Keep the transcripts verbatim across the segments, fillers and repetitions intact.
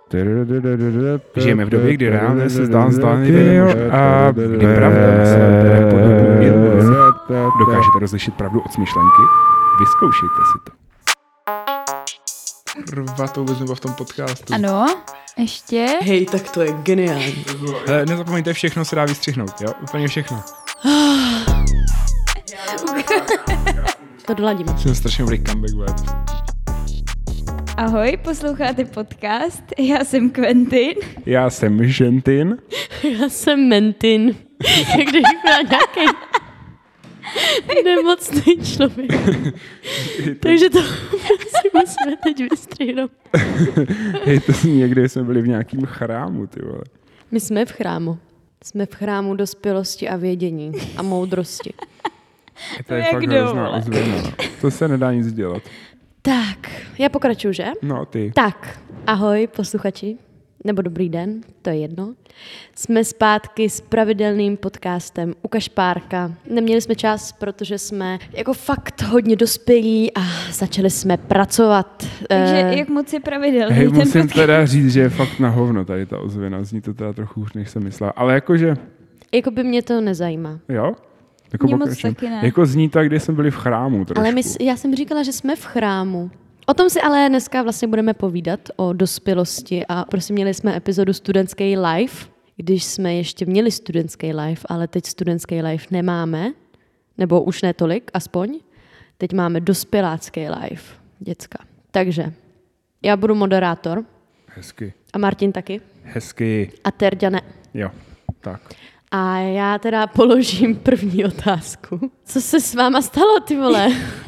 Žijeme v době, kdy reálně se zdá zdánlivě a kdy pravda dokážete rozlišit pravdu od smyšlenky. Vyzkoušejte si to. Kurva, to vůbec nebylo v tom podcastu. Ano, ještě. Hej, tak to je geniální. Hele, nezapomeňte, všechno se dá vystřihnout, jo? Úplně všechno. To doladíme. Jsem strašně dobrý comeback, bude. Ahoj, posloucháte podcast, já jsem Quentin. Já jsem Žentin. Já jsem Mentin. Když má nějaký nemocný člověk. Takže to si musíme teď vystřihnout. Hej, to někdy jsme byli v nějakým chrámu, ty vole. My jsme v chrámu. Jsme v chrámu dospělosti a vědění a moudrosti. To je Jak fakt dole. hrozná ozvěna. To se nedá nic dělat. Tak, já pokračuju, že? No, ty. Tak, ahoj posluchači, nebo dobrý den, to je jedno. Jsme zpátky s pravidelným podcastem U Kašpárka. Neměli jsme čas, protože jsme jako fakt hodně dospělí a začali jsme pracovat. Takže Eh, jak moc je pravidelný Hej, ten musím podcast? teda říct, že je fakt na hovno tady ta ozvěna. Zní to teda trochu už, než jsem myslela. Ale jakože, Jako by mě to nezajímá. jo? Jako, Mě moc pokračujem. taky ne. Jako zní tak, kdy jsme byli v chrámu trošku. Ale my, s- já jsem říkala, že jsme v chrámu. O tom si ale dneska vlastně budeme povídat, o dospělosti a prostě měli jsme epizodu Studentský life, když jsme ještě měli studentský life, ale teď studentský life nemáme, nebo už ne tolik, aspoň. Teď máme dospělácký life, děcka. Takže já budu moderátor Hezky. a Martin taky Hezky. a Terďa ne. Jo, tak. A já teda položím první otázku. Co se s váma stalo, ty vole?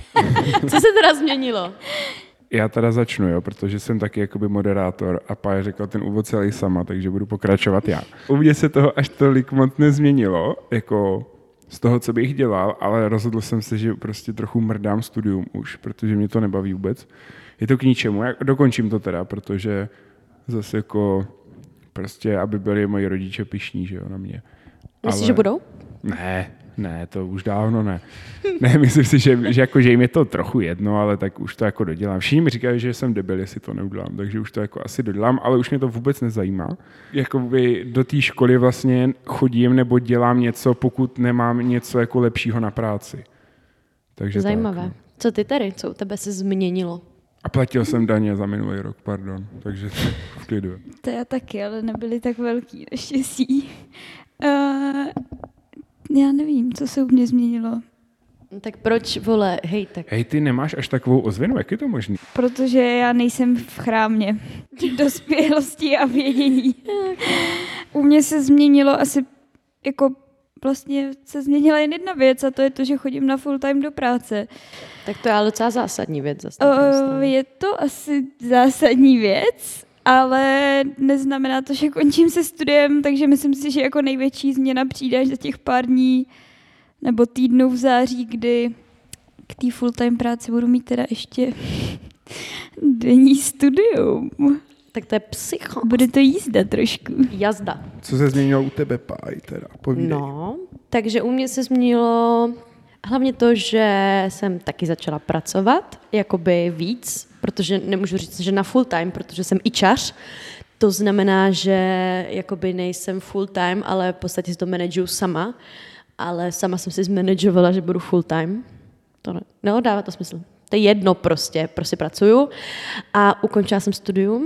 Co se teda změnilo? Já teda začnu, jo, protože jsem taky jakoby moderátor a Pája řekl ten úvod celý sama, takže budu pokračovat já. U mě se toho až tolik moc nezměnilo, jako z toho, co bych dělal, ale rozhodl jsem se, že prostě trochu mrdám studium už, protože mě to nebaví vůbec. Je to k ničemu, já dokončím to teda, protože zase jako prostě, aby byli moji rodiče pyšní, že jo, na mě. Myslíš, že budou? Ne, ne, to už dávno ne. Ne, myslím si, že, že, jako, že jim je to trochu jedno, ale tak už to jako dodělám. Všichni mi říkají, že jsem debil, jestli to neudělám, takže už to jako asi dodělám, ale už mě to vůbec nezajímá. Jakoby do té školy vlastně chodím nebo dělám něco, pokud nemám něco jako lepšího na práci. Takže Zajímavé. Tak, no. Co ty tady? Co u tebe se změnilo? A platil jsem daně za minulý rok, pardon, takže v klidu. To já taky, ale nebyly tak velký, naštěstí. Uh, já nevím, co se u mě změnilo. Tak proč, vole, hej, tak Hej, ty nemáš až takovou ozvěnu, jak je to možné? Protože já nejsem v chrámě dospělosti a vědění. U mě se změnilo asi, jako vlastně se změnila jen jedna věc a to je to, že chodím na full time do práce. tak to je ale docela zásadní věc zase. na druhé Uh, straně. je to asi zásadní věc, ale neznamená to, že končím se studiem, takže myslím si, že jako největší změna přijde až za těch pár dní nebo týdnů v září, kdy k té full time práci budu mít teda ještě denní studium. Tak to je psycho. Bude to jízda trošku. Jazda. Co se změnilo u tebe, Páj, teda? Povídej. No, takže u mě se změnilo hlavně to, že jsem taky začala pracovat, jakoby víc, protože nemůžu říct, že na full time, protože jsem ičař. To znamená, že jakoby nejsem full time, ale v podstatě si to manažuju sama. Ale sama jsem si zmanažovala, že budu full time. To ne, no, dává to smysl. To je jedno prostě, prostě pracuju. A ukončila jsem studium.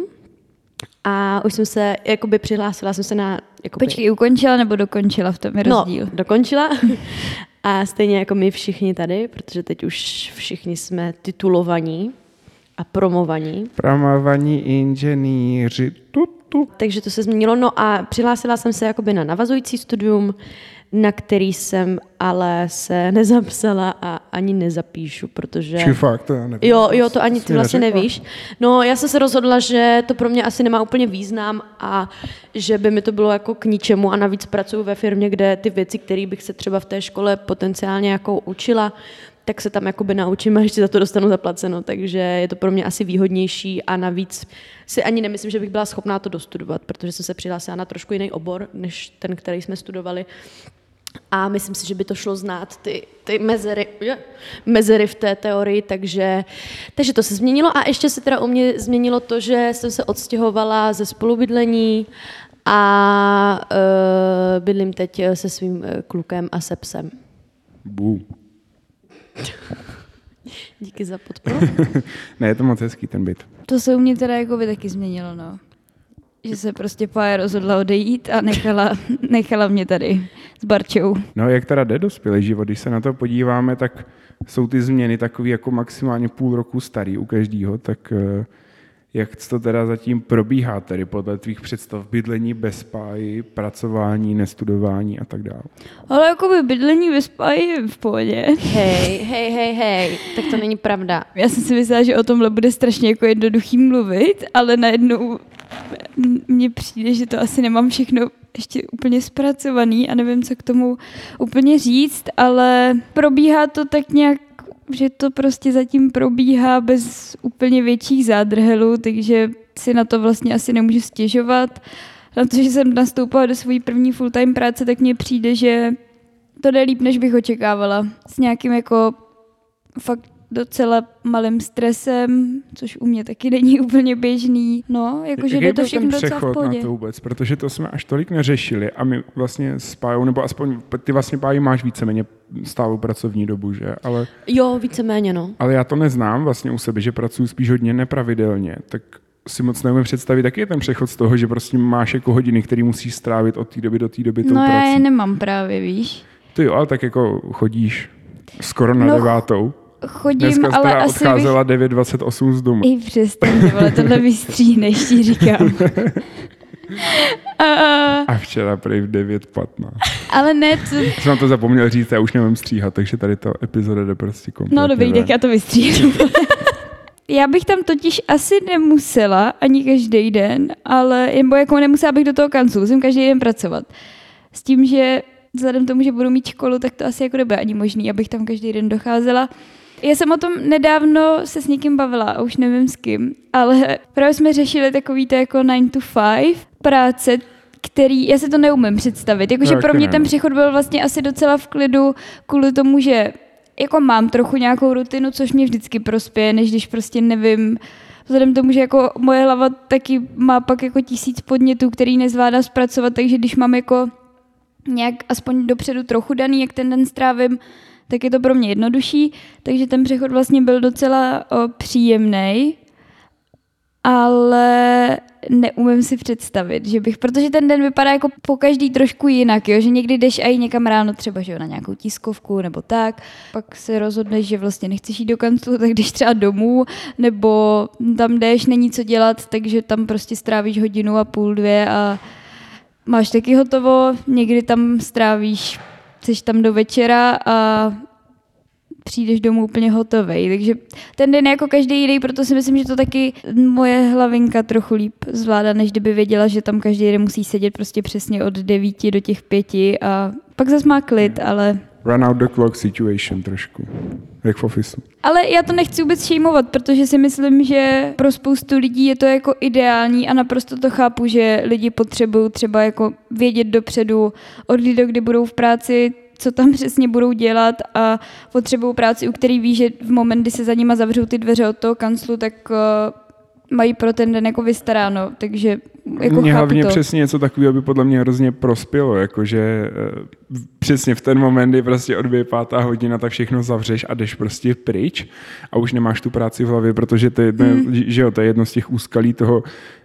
A už jsem se, jakoby přihlásila jsem se na... Jakoby, Počkej, ukončila nebo dokončila, v tom je rozdíl. No, dokončila. A stejně jako my všichni tady, protože teď už všichni jsme titulovaní a promovaní. Pramavaní inženýři. Tu, tu. Takže to se změnilo. No a přihlásila jsem se jakoby na navazující studium, na který jsem ale se nezapsala a ani nezapíšu, protože... Či fakt, to já nevím. Jo, jo, to ani Jsi ty mi vlastně neřekla. nevíš. No, já jsem se rozhodla, že to pro mě asi nemá úplně význam a že by mi to bylo jako k ničemu a navíc pracuji ve firmě, kde ty věci, které bych se třeba v té škole potenciálně jako učila, tak se tam jakoby naučím a ještě za to dostanu zaplaceno, takže je to pro mě asi výhodnější a navíc si ani nemyslím, že bych byla schopná to dostudovat, protože jsem se přihlásila na trošku jiný obor, než ten, který jsme studovali. A myslím si, že by to šlo znát ty, ty mezery, mezery v té teorii, takže, takže to se změnilo. A ještě se teda u mě změnilo to, že jsem se odstěhovala ze spolubydlení a uh, bydlím teď se svým klukem a se psem. Bů. Díky za podporu. Ne, je to moc hezký ten byt. To se u mě teda jako by taky změnilo, no. Že se prostě Pája rozhodla odejít a nechala, nechala mě tady s Barčou. No jak teda jde dospělý život, když se na to podíváme, tak jsou ty změny takový jako maximálně půl roku starý u každého, tak jak to teda zatím probíhá tedy podle tvých představ bydlení bez Páji, pracování, nestudování a tak dále? Ale jako by bydlení bez Páji je v pohodě. Hej, hej, hej, hej, tak to není pravda. Já jsem si myslela, že o tomhle bude strašně jako jednoduchý mluvit, ale najednou mně přijde, že to asi nemám všechno ještě úplně zpracovaný a nevím, co k tomu úplně říct, ale probíhá to tak nějak, že to prostě zatím probíhá bez úplně větších zádrhelů, takže si na to vlastně asi nemůžu stěžovat. Na to, že jsem nastoupila do své první full-time práce, tak mně přijde, že to jde líp, než bych očekávala. S nějakým jako fakt docela malým stresem, což u mě taky není úplně běžný. No, jakože jde to všechno docela v pohodě. Na to vůbec, protože to jsme až tolik neřešili a my vlastně s Pájou, nebo aspoň ty vlastně Páji máš víceméně stálou pracovní dobu, že? Ale, jo, víceméně, no. Ale já to neznám vlastně u sebe, že pracuji spíš hodně nepravidelně, tak si moc neumím představit, jaký je ten přechod z toho, že prostě máš jako hodiny, který musíš strávit od té doby do té doby tou no, prací. No já je nemám právě, víš. Ty jo, ale tak jako chodíš skoro na no, devátou. Chodím, dneska ale teda asi odcházela bych... devět dvacet osm z domu. I přestaň, vole, tohle vystříhneš, ti říkám. a... a včera prý v devět patnáct. Ale ne, to... Jsem na to zapomněl říct, já už nemám stříhat, takže tady ta epizoda jde prostě kompletně. No dobrý, tak já to vystříhnu. Já bych tam totiž asi nemusela ani každý den, ale nebo jako nemusela bych do toho kanclu, musím každý den pracovat. S tím, že vzhledem k tomu, že budu mít školu, tak to asi jako nebude ani možný, abych tam každý den docházela. Já jsem o tom nedávno se s někým bavila, a už nevím s kým, ale právě jsme řešili takový to jako nine to five práce, který, já si to neumím představit, jakože pro mě ten přechod byl vlastně asi docela v klidu kvůli tomu, že jako mám trochu nějakou rutinu, což mě vždycky prospěje, než když prostě nevím, vzhledem tomu, že jako moje hlava taky má pak jako tisíc podnětů, který nezvládá zpracovat, takže když mám jako nějak aspoň dopředu trochu daný, jak ten den strávím, tak je to pro mě jednodušší, takže ten přechod vlastně byl docela o, příjemnej, ale neumím si představit, že bych, protože ten den vypadá jako po každý trošku jinak, jo? Že někdy jdeš i někam ráno třeba, že jo, na nějakou tiskovku nebo tak, pak se rozhodneš, že vlastně nechceš jít do kanclu, tak jdeš třeba domů, nebo tam jdeš, není co dělat, takže tam prostě strávíš hodinu a půl, dvě a máš taky hotovo, někdy tam strávíš, jsi tam do večera a přijdeš domů úplně hotovej. Takže ten den je jako každý jiný, proto si myslím, že to taky moje hlavinka trochu líp zvládá, než kdyby věděla, že tam každý den musí sedět prostě přesně od devíti do těch pěti a pak zase má klid, ale... Run out the clock situation trošku, jak v Officeu. Ale já to nechci vůbec šejmovat, protože si myslím, že pro spoustu lidí je to jako ideální a naprosto to chápu, že lidi potřebují třeba jako vědět dopředu, od kdy do kdy budou v práci, co tam přesně budou dělat a potřebují práci, u který ví, že v moment, kdy se za nima zavřou ty dveře od toho kanclu, tak uh, mají pro ten den jako vystaráno, takže jako Mně chápu hlavně to. přesně něco takového by podle mě hrozně prospělo, jakože uh, přesně v ten moment, kdy prostě odbije pátá hodina, tak všechno zavřeš a jdeš prostě pryč a už nemáš tu práci v hlavě, protože to je jedno, hmm. že jo, to je jedno z těch úskalí toho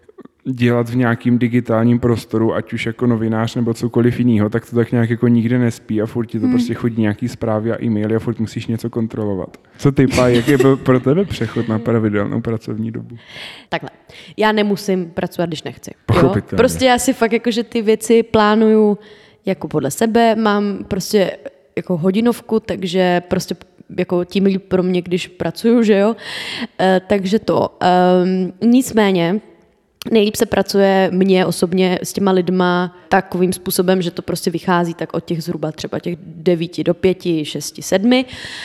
dělat v nějakým digitálním prostoru, ať už jako novinář nebo cokoliv jiného, tak to tak nějak jako nikde nespí a furt ti to hmm. prostě chodí nějaký zprávy a e-maily a furt musíš něco kontrolovat. Co ty, Pá, jaký byl pro tebe přechod na pravidelnou pracovní dobu? Takhle. Já nemusím pracovat, když nechci. Jo? Prostě já si fakt jakože ty věci plánuju jako podle sebe, mám prostě jako hodinovku, takže prostě jako tím líp pro mě, když pracuju, že jo. E, takže to. E, nicméně nejlíp se pracuje mně osobně s těma lidma takovým způsobem, že to prostě vychází tak od těch zhruba třeba těch devíti do pěti, šesti, sedmi.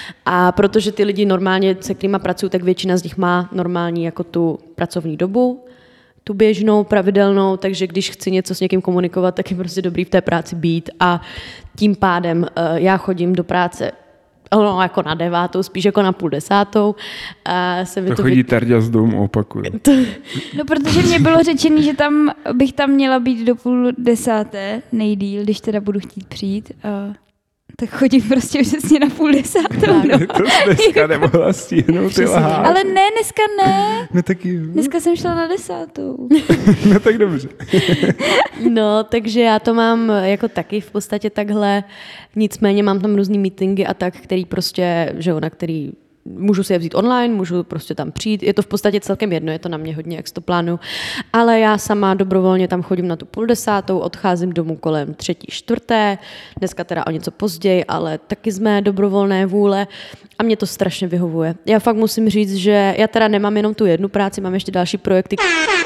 A protože ty lidi normálně, se kterýma pracuju, tak většina z nich má normální jako tu pracovní dobu, tu běžnou, pravidelnou, takže když chci něco s někým komunikovat, tak je prostě dobrý v té práci být a tím pádem uh, já chodím do práce no, jako na devátou, spíš jako na půl desátou. A se mi to to chodí vy... Terďa z domu, opakuju. To... No, protože mě bylo řečený, že tam bych tam měla být do půl desáté nejdýl, když teda budu chtít přijít. A tak chodím prostě přesně na půl desátou. No. To jsi dneska nemohla stihnout, ty lhát. Ale ne, dneska ne. No taky. Dneska jsem šla na desátou. No tak dobře. No, takže já to mám jako taky v podstatě takhle, nicméně mám tam různý meetingy a tak, který prostě, že jo, na který můžu si je vzít online, můžu prostě tam přijít, je to v podstatě celkem jedno, je to na mě hodně, jak si to plánuju, ale já sama dobrovolně tam chodím na tu půl desátou, odcházím domů kolem třetí, čtvrté, dneska teda o něco později, ale taky z mé dobrovolné vůle a mě to strašně vyhovuje. Já fakt musím říct, že já teda nemám jenom tu jednu práci, mám ještě další projekty,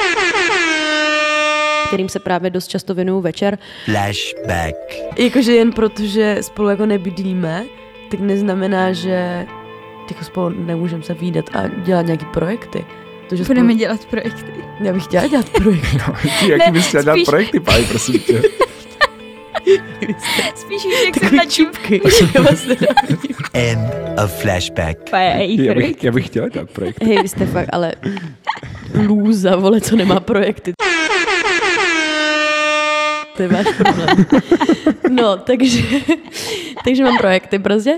kterým se právě dost často věnuju večer. Flashback. Jakože jen proto, že spolu jako nebydlíme, tak neznamená, že jako spolu nemůžeme se výdat a dělat nějaký projekty. To, že Budeme spolu... dělat projekty. Já bych chtěla dělat projekty. No, jaký bys chtěla dělat spíš... projekty, páj, prosím tě. Spíš už, jak jsem na čupky. End of flashback. Já bych, já bych chtěla dělat projekty. Hej, vy jste fakt, ale lůza, vole, co nemá projekty. To je váš problém. No, takže, takže mám projekty prostě.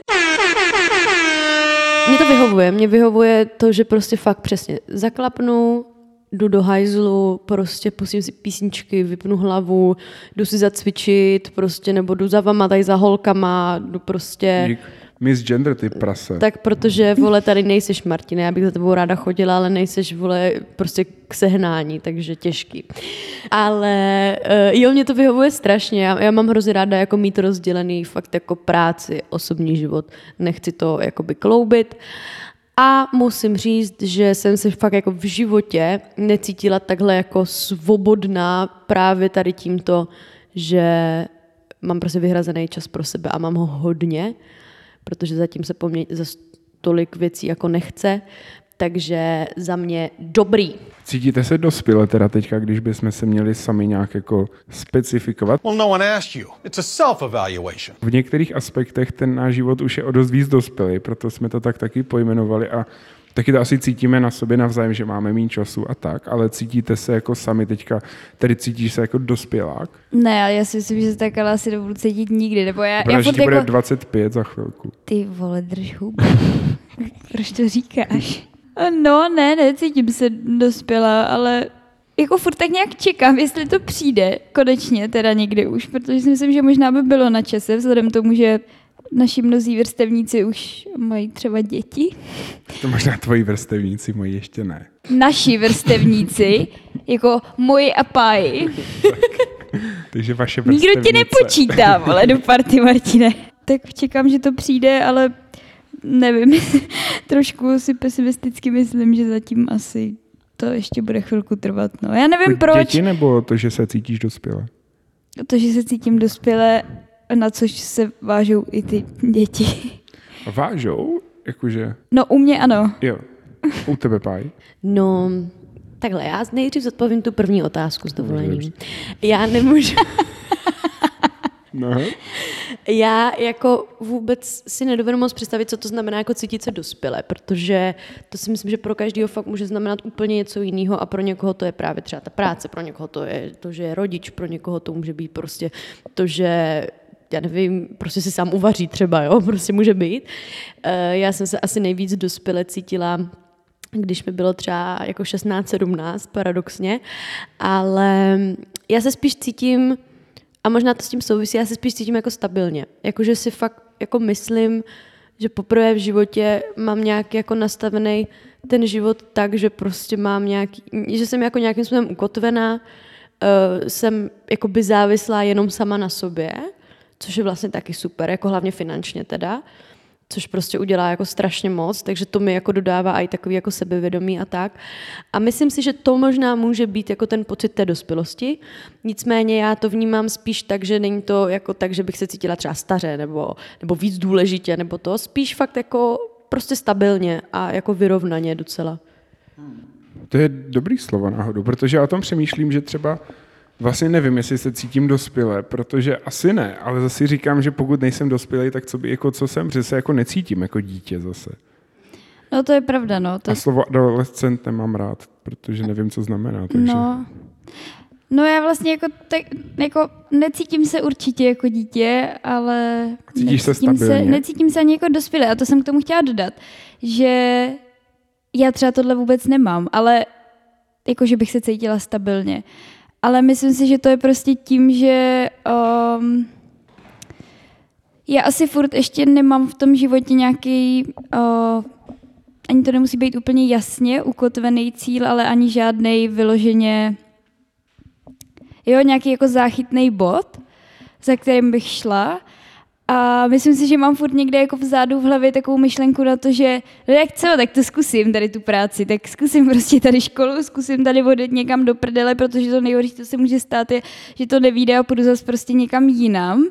Mě to vyhovuje, mě vyhovuje to, že prostě fakt přesně zaklapnu, jdu do hajzlu, prostě pustím si písničky, vypnu hlavu, jdu si zacvičit, prostě, nebo jdu za vama, tady za holkama, jdu prostě... Dík. Miss Gender, ty prase. Tak protože, vole, tady nejseš, Martine, já bych za tebou ráda chodila, ale nejseš, vole, prostě k sehnání, takže těžký. Ale uh, jo, mě to vyhovuje strašně, já, já mám hrozně ráda jako mít rozdělený fakt jako práci, osobní život, nechci to jakoby kloubit. A musím říct, že jsem se fakt jako v životě necítila takhle jako svobodná právě tady tímto, že mám prostě vyhrazený čas pro sebe a mám ho hodně, protože zatím se po mně za tolik věcí jako nechce, takže za mě dobrý. Cítíte se dospěle teda teďka, když bychom se měli sami nějak jako specifikovat? Well, no one asked you. It's a self-evaluation. V některých aspektech ten náš život už je o dost víc dospělý, proto jsme to tak taky pojmenovali a taky to asi cítíme na sobě navzájem, že máme méně času a tak, ale cítíte se jako sami teďka, tedy cítíš se jako dospělák? Ne, ale já si myslím, že se tak ale asi nebudu cítit nikdy, nebo já, Protože já furt ti bude jako... dvacet pět za chvilku. Ty vole, drž hubu. Proč to říkáš? No, ne, necítím se dospělá, ale jako furt tak nějak čekám, jestli to přijde konečně teda někdy už, protože si myslím, že možná by bylo na čase, vzhledem tomu, že naši mnozí vrstevníci už mají třeba děti. To možná tvoji vrstevníci, moji ještě ne. Naši vrstevníci, jako moji a páji. Takže vaše vrstevnice. Nikdo tě nepočítá, vole, do party, Martine. Tak čekám, že to přijde, ale nevím, trošku si pesimisticky myslím, že zatím asi to ještě bude chvilku trvat. No. Já nevím, proč. Děti nebo to, že se cítíš dospěle? To, že se cítím dospěle, na což se vážou i ty děti. Vážou? Jakože? No, u mě ano. Jo. U tebe, Páj? No, takhle, já nejdřív zodpovím tu první otázku s dovolením. Já nemůžu... No. Já jako vůbec si nedovedu moc představit, co to znamená jako cítit se dospěle, protože to si myslím, že pro každého fakt může znamenat úplně něco jiného a pro někoho to je právě třeba ta práce, pro někoho to je to, že je rodič, pro někoho to může být prostě to, že já nevím, prostě si sám uvaří třeba, jo, prostě může být. Já jsem se asi nejvíc dospěle cítila, když mi bylo třeba jako šestnáct sedmnáct, paradoxně, ale já se spíš cítím, a možná to s tím souvisí, já se spíš cítím jako stabilně. Jakože si fakt jako myslím, že poprvé v životě mám nějak jako nastavený ten život tak, že prostě mám nějaký, že jsem jako nějakým způsobem ukotvená, uh, jsem jakoby závislá jenom sama na sobě, což je vlastně taky super, jako hlavně finančně teda, což prostě udělá jako strašně moc, takže to mi jako dodává i takový jako sebevědomí a tak. A myslím si, že to možná může být jako ten pocit té dospělosti, nicméně já to vnímám spíš tak, že není to jako tak, že bych se cítila třeba staře nebo, nebo víc důležitě, nebo to, spíš fakt jako prostě stabilně a jako vyrovnaně docela. To je dobrý slovo náhodou, protože já o tom přemýšlím, že třeba vlastně nevím, jestli se cítím dospěle, protože asi ne, ale zase říkám, že pokud nejsem dospělý, tak co, by, jako co jsem, že se jako necítím jako dítě zase. No to je pravda, no. To... A slovo adolescent nemám rád, protože nevím, co znamená. Takže... No. No já vlastně jako, tak, jako necítím se určitě jako dítě, ale Cítíš se necítím, se, stabilně? necítím se ani jako dospělé. A to jsem k tomu chtěla dodat, že já třeba tohle vůbec nemám, ale jako, že bych se cítila stabilně. Ale myslím si, že to je prostě tím, že um, já asi furt ještě nemám v tom životě nějaký, uh, ani to nemusí být úplně jasně ukotvený cíl, ale ani žádnej vyloženě jo, nějaký jako záchytný bod, za kterým bych šla. A myslím si, že mám furt někde jako vzadu v hlavě takovou myšlenku na to, že no jak co, tak to zkusím tady tu práci, tak zkusím prostě tady školu, zkusím tady odjet někam do prdele, protože to nejhorší, co se může stát, je, že to nevyjde a půjdu zase prostě někam jinam.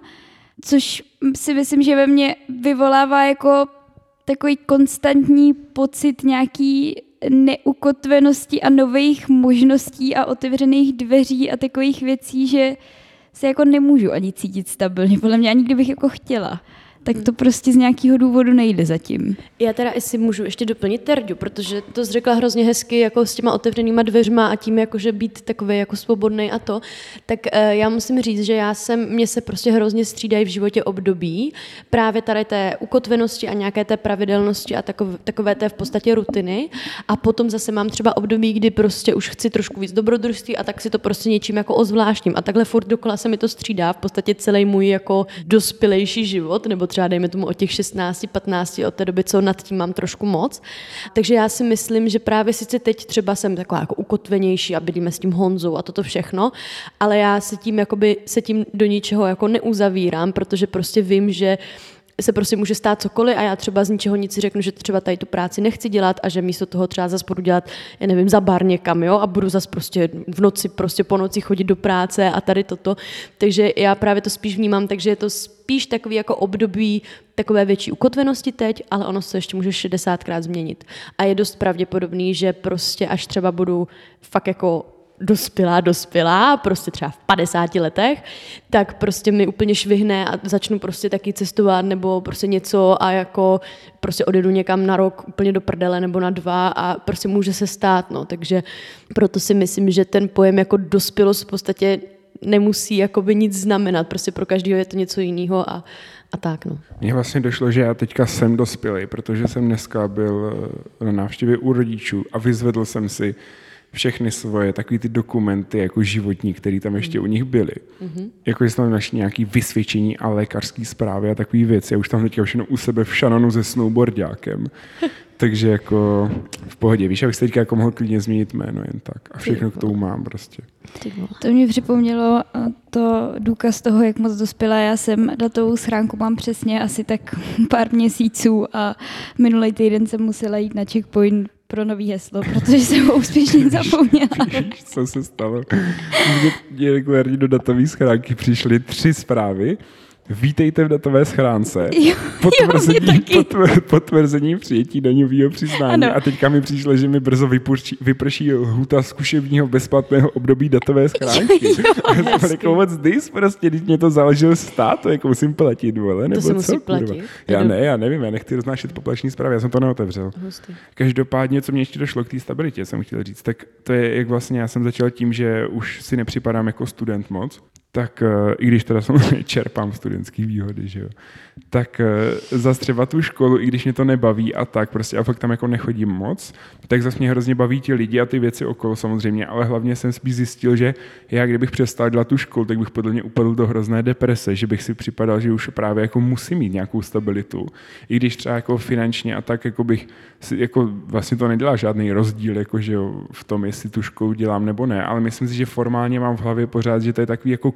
Což si myslím, že ve mně vyvolává jako takový konstantní pocit nějaký neukotvenosti a nových možností a otevřených dveří a takových věcí, že se jako nemůžu ani cítit stabilně. Podle mě ani kdybych jako chtěla. Tak to prostě z nějakého důvodu nejde zatím. Já teda si můžu ještě doplnit Terďu, protože to jsi řekla hrozně hezky jako s těma otevřenýma dveřma a tím jakože být takový jako svobodný a to, tak uh, já musím říct, že já jsem, mě se prostě hrozně střídají v životě období právě tady té ukotvenosti a nějaké té pravidelnosti a takové, takové té v podstatě rutiny a potom zase mám třeba období, kdy prostě už chci trošku víc dobrodružství a tak si to prostě něčím jako ozvláštním a takhle furt dokola se mi to střídá v podstatě celý můj jako dospělejší život, nebo třeba dejme tomu od těch šestnáct patnáct, od té doby, co nad tím mám trošku moc. Takže já si myslím, že právě sice teď třeba jsem taková jako ukotvenější a bydlíme s tím Honzou a toto všechno, ale já se tím, jakoby, se tím do ničeho jako neuzavírám, protože prostě vím, že se prostě může stát cokoliv a já třeba z ničeho nic si řeknu, že třeba tady tu práci nechci dělat a že místo toho třeba zase budu dělat, já nevím, za bar někam, jo, a budu zase prostě v noci, prostě po noci chodit do práce a tady toto. Takže já právě to spíš vnímám, takže je to spíš takový jako období takové větší ukotvenosti teď, ale ono se ještě může šedesátkrát změnit. A je dost pravděpodobný, že prostě až třeba budu fakt jako dospělá, dospělá, prostě třeba v padesáti letech, tak prostě mi úplně švihne a začnu prostě taky cestovat nebo prostě něco a jako prostě odjedu někam na rok úplně do prdele nebo na dva a prostě může se stát, no, takže proto si myslím, že ten pojem jako dospělost v podstatě nemusí jakoby nic znamenat, prostě pro každého je to něco jiného a, a tak, no. Mně vlastně došlo, že já teďka jsem dospělý, protože jsem dneska byl na návštěvě u rodičů a vyzvedl jsem si všechny svoje takový ty dokumenty jako životní, které tam ještě u nich byly. Mm-hmm. Jako že tam našli nějaké vysvědčení a lékařské zprávy a takové věci. Já už tam teďka už jenom u sebe v šanonu se snowboardákem. Takže jako v pohodě. Víš, abych se teďka jako mohl klidně změnit jméno jen tak. A všechno k tomu mám prostě. To mě připomnělo to důkaz toho, jak moc dospělá já jsem. Datovou schránku mám přesně asi tak pár měsíců a minulý týden jsem musela jít na checkpoint pro nový heslo, protože jsem ho úspěšně zapomněla. Víš, co se stalo? Mně regulárně do datové schránky přišly tři zprávy. Vítejte v datové schránce. Jo, potvrzení, jo, potvr, potvrzení přijetí daňového přiznání. Ano. A teďka mi přišlo, že mi brzo vyprší, vyprší lhůta zkušebního bezplatného období datové schránky. Jo, jo, já jsem jako moc dys, prostě, když mě to záleželo stát, to jako musím platit, vole, nebo to se musí co? platit? Já ne, já nevím, já nechci roznášet poplační zprávy, já jsem to neotevřel. Hustý. Každopádně, co mě ještě došlo k té stabilitě, jsem chtěl říct, tak to je, jak vlastně já jsem začal tím, že už si nepřipadám jako student moc, tak i když teda samozřejmě čerpám studentský výhody, že jo, tak zase třeba tu školu, i když mě to nebaví a tak, prostě a fakt tam jako nechodím moc, tak zase mě hrozně baví ti lidi a ty věci okolo samozřejmě, ale hlavně jsem spíš zjistil, že já kdybych přestal dělat tu školu, tak bych podle mě upadl do hrozné deprese, že bych si připadal, že už právě jako musím mít nějakou stabilitu, i když třeba jako finančně a tak jako bych si, jako vlastně to nedělá žádný rozdíl, jako že jo, v tom, jestli tu školu dělám nebo ne, ale myslím si, že formálně mám v hlavě pořád, že to je takový jako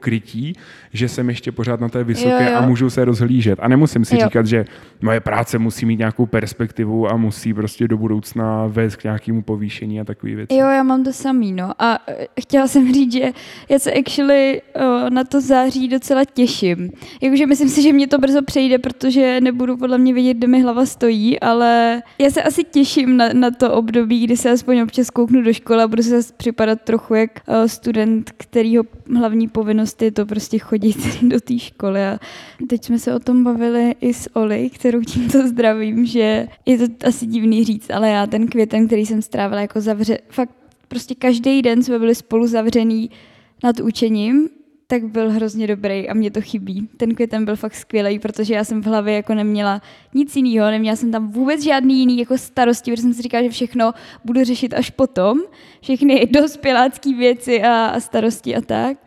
krytí, že jsem ještě pořád na té vysoké Jo, jo. a můžu se rozhlížet. A nemusím si Jo. říkat, že moje práce musí mít nějakou perspektivu a musí prostě do budoucna vést k nějakému povýšení a takové věci. Jo, já mám to samý, no. A eh, chtěla jsem říct, že já se actually uh, na to září docela těším. Jakože myslím si, že mě to brzo přejde, protože nebudu podle mě vědět, kde mi hlava stojí, ale já se asi těším na, na to období, kdy se aspoň občas kouknu do školy a budu se zase připadat trochu jak uh, student, kterýho hlavní povinnost je to prostě chodit do té školy. A teď jsme se o tom bavili i s Oli, kterou tímto zdravím, že je to asi divný říct, ale já ten květen, který jsem strávila jako zavře, fakt prostě každý den jsme byli spolu zavřený nad učením, tak byl hrozně dobrý a mě to chybí. Ten květen byl fakt skvělý, protože já jsem v hlavě jako neměla nic jiného, neměla jsem tam vůbec žádný jiný jako starosti, protože jsem si říkala, že všechno budu řešit až potom, všechny dospělácký věci a, a starosti a tak.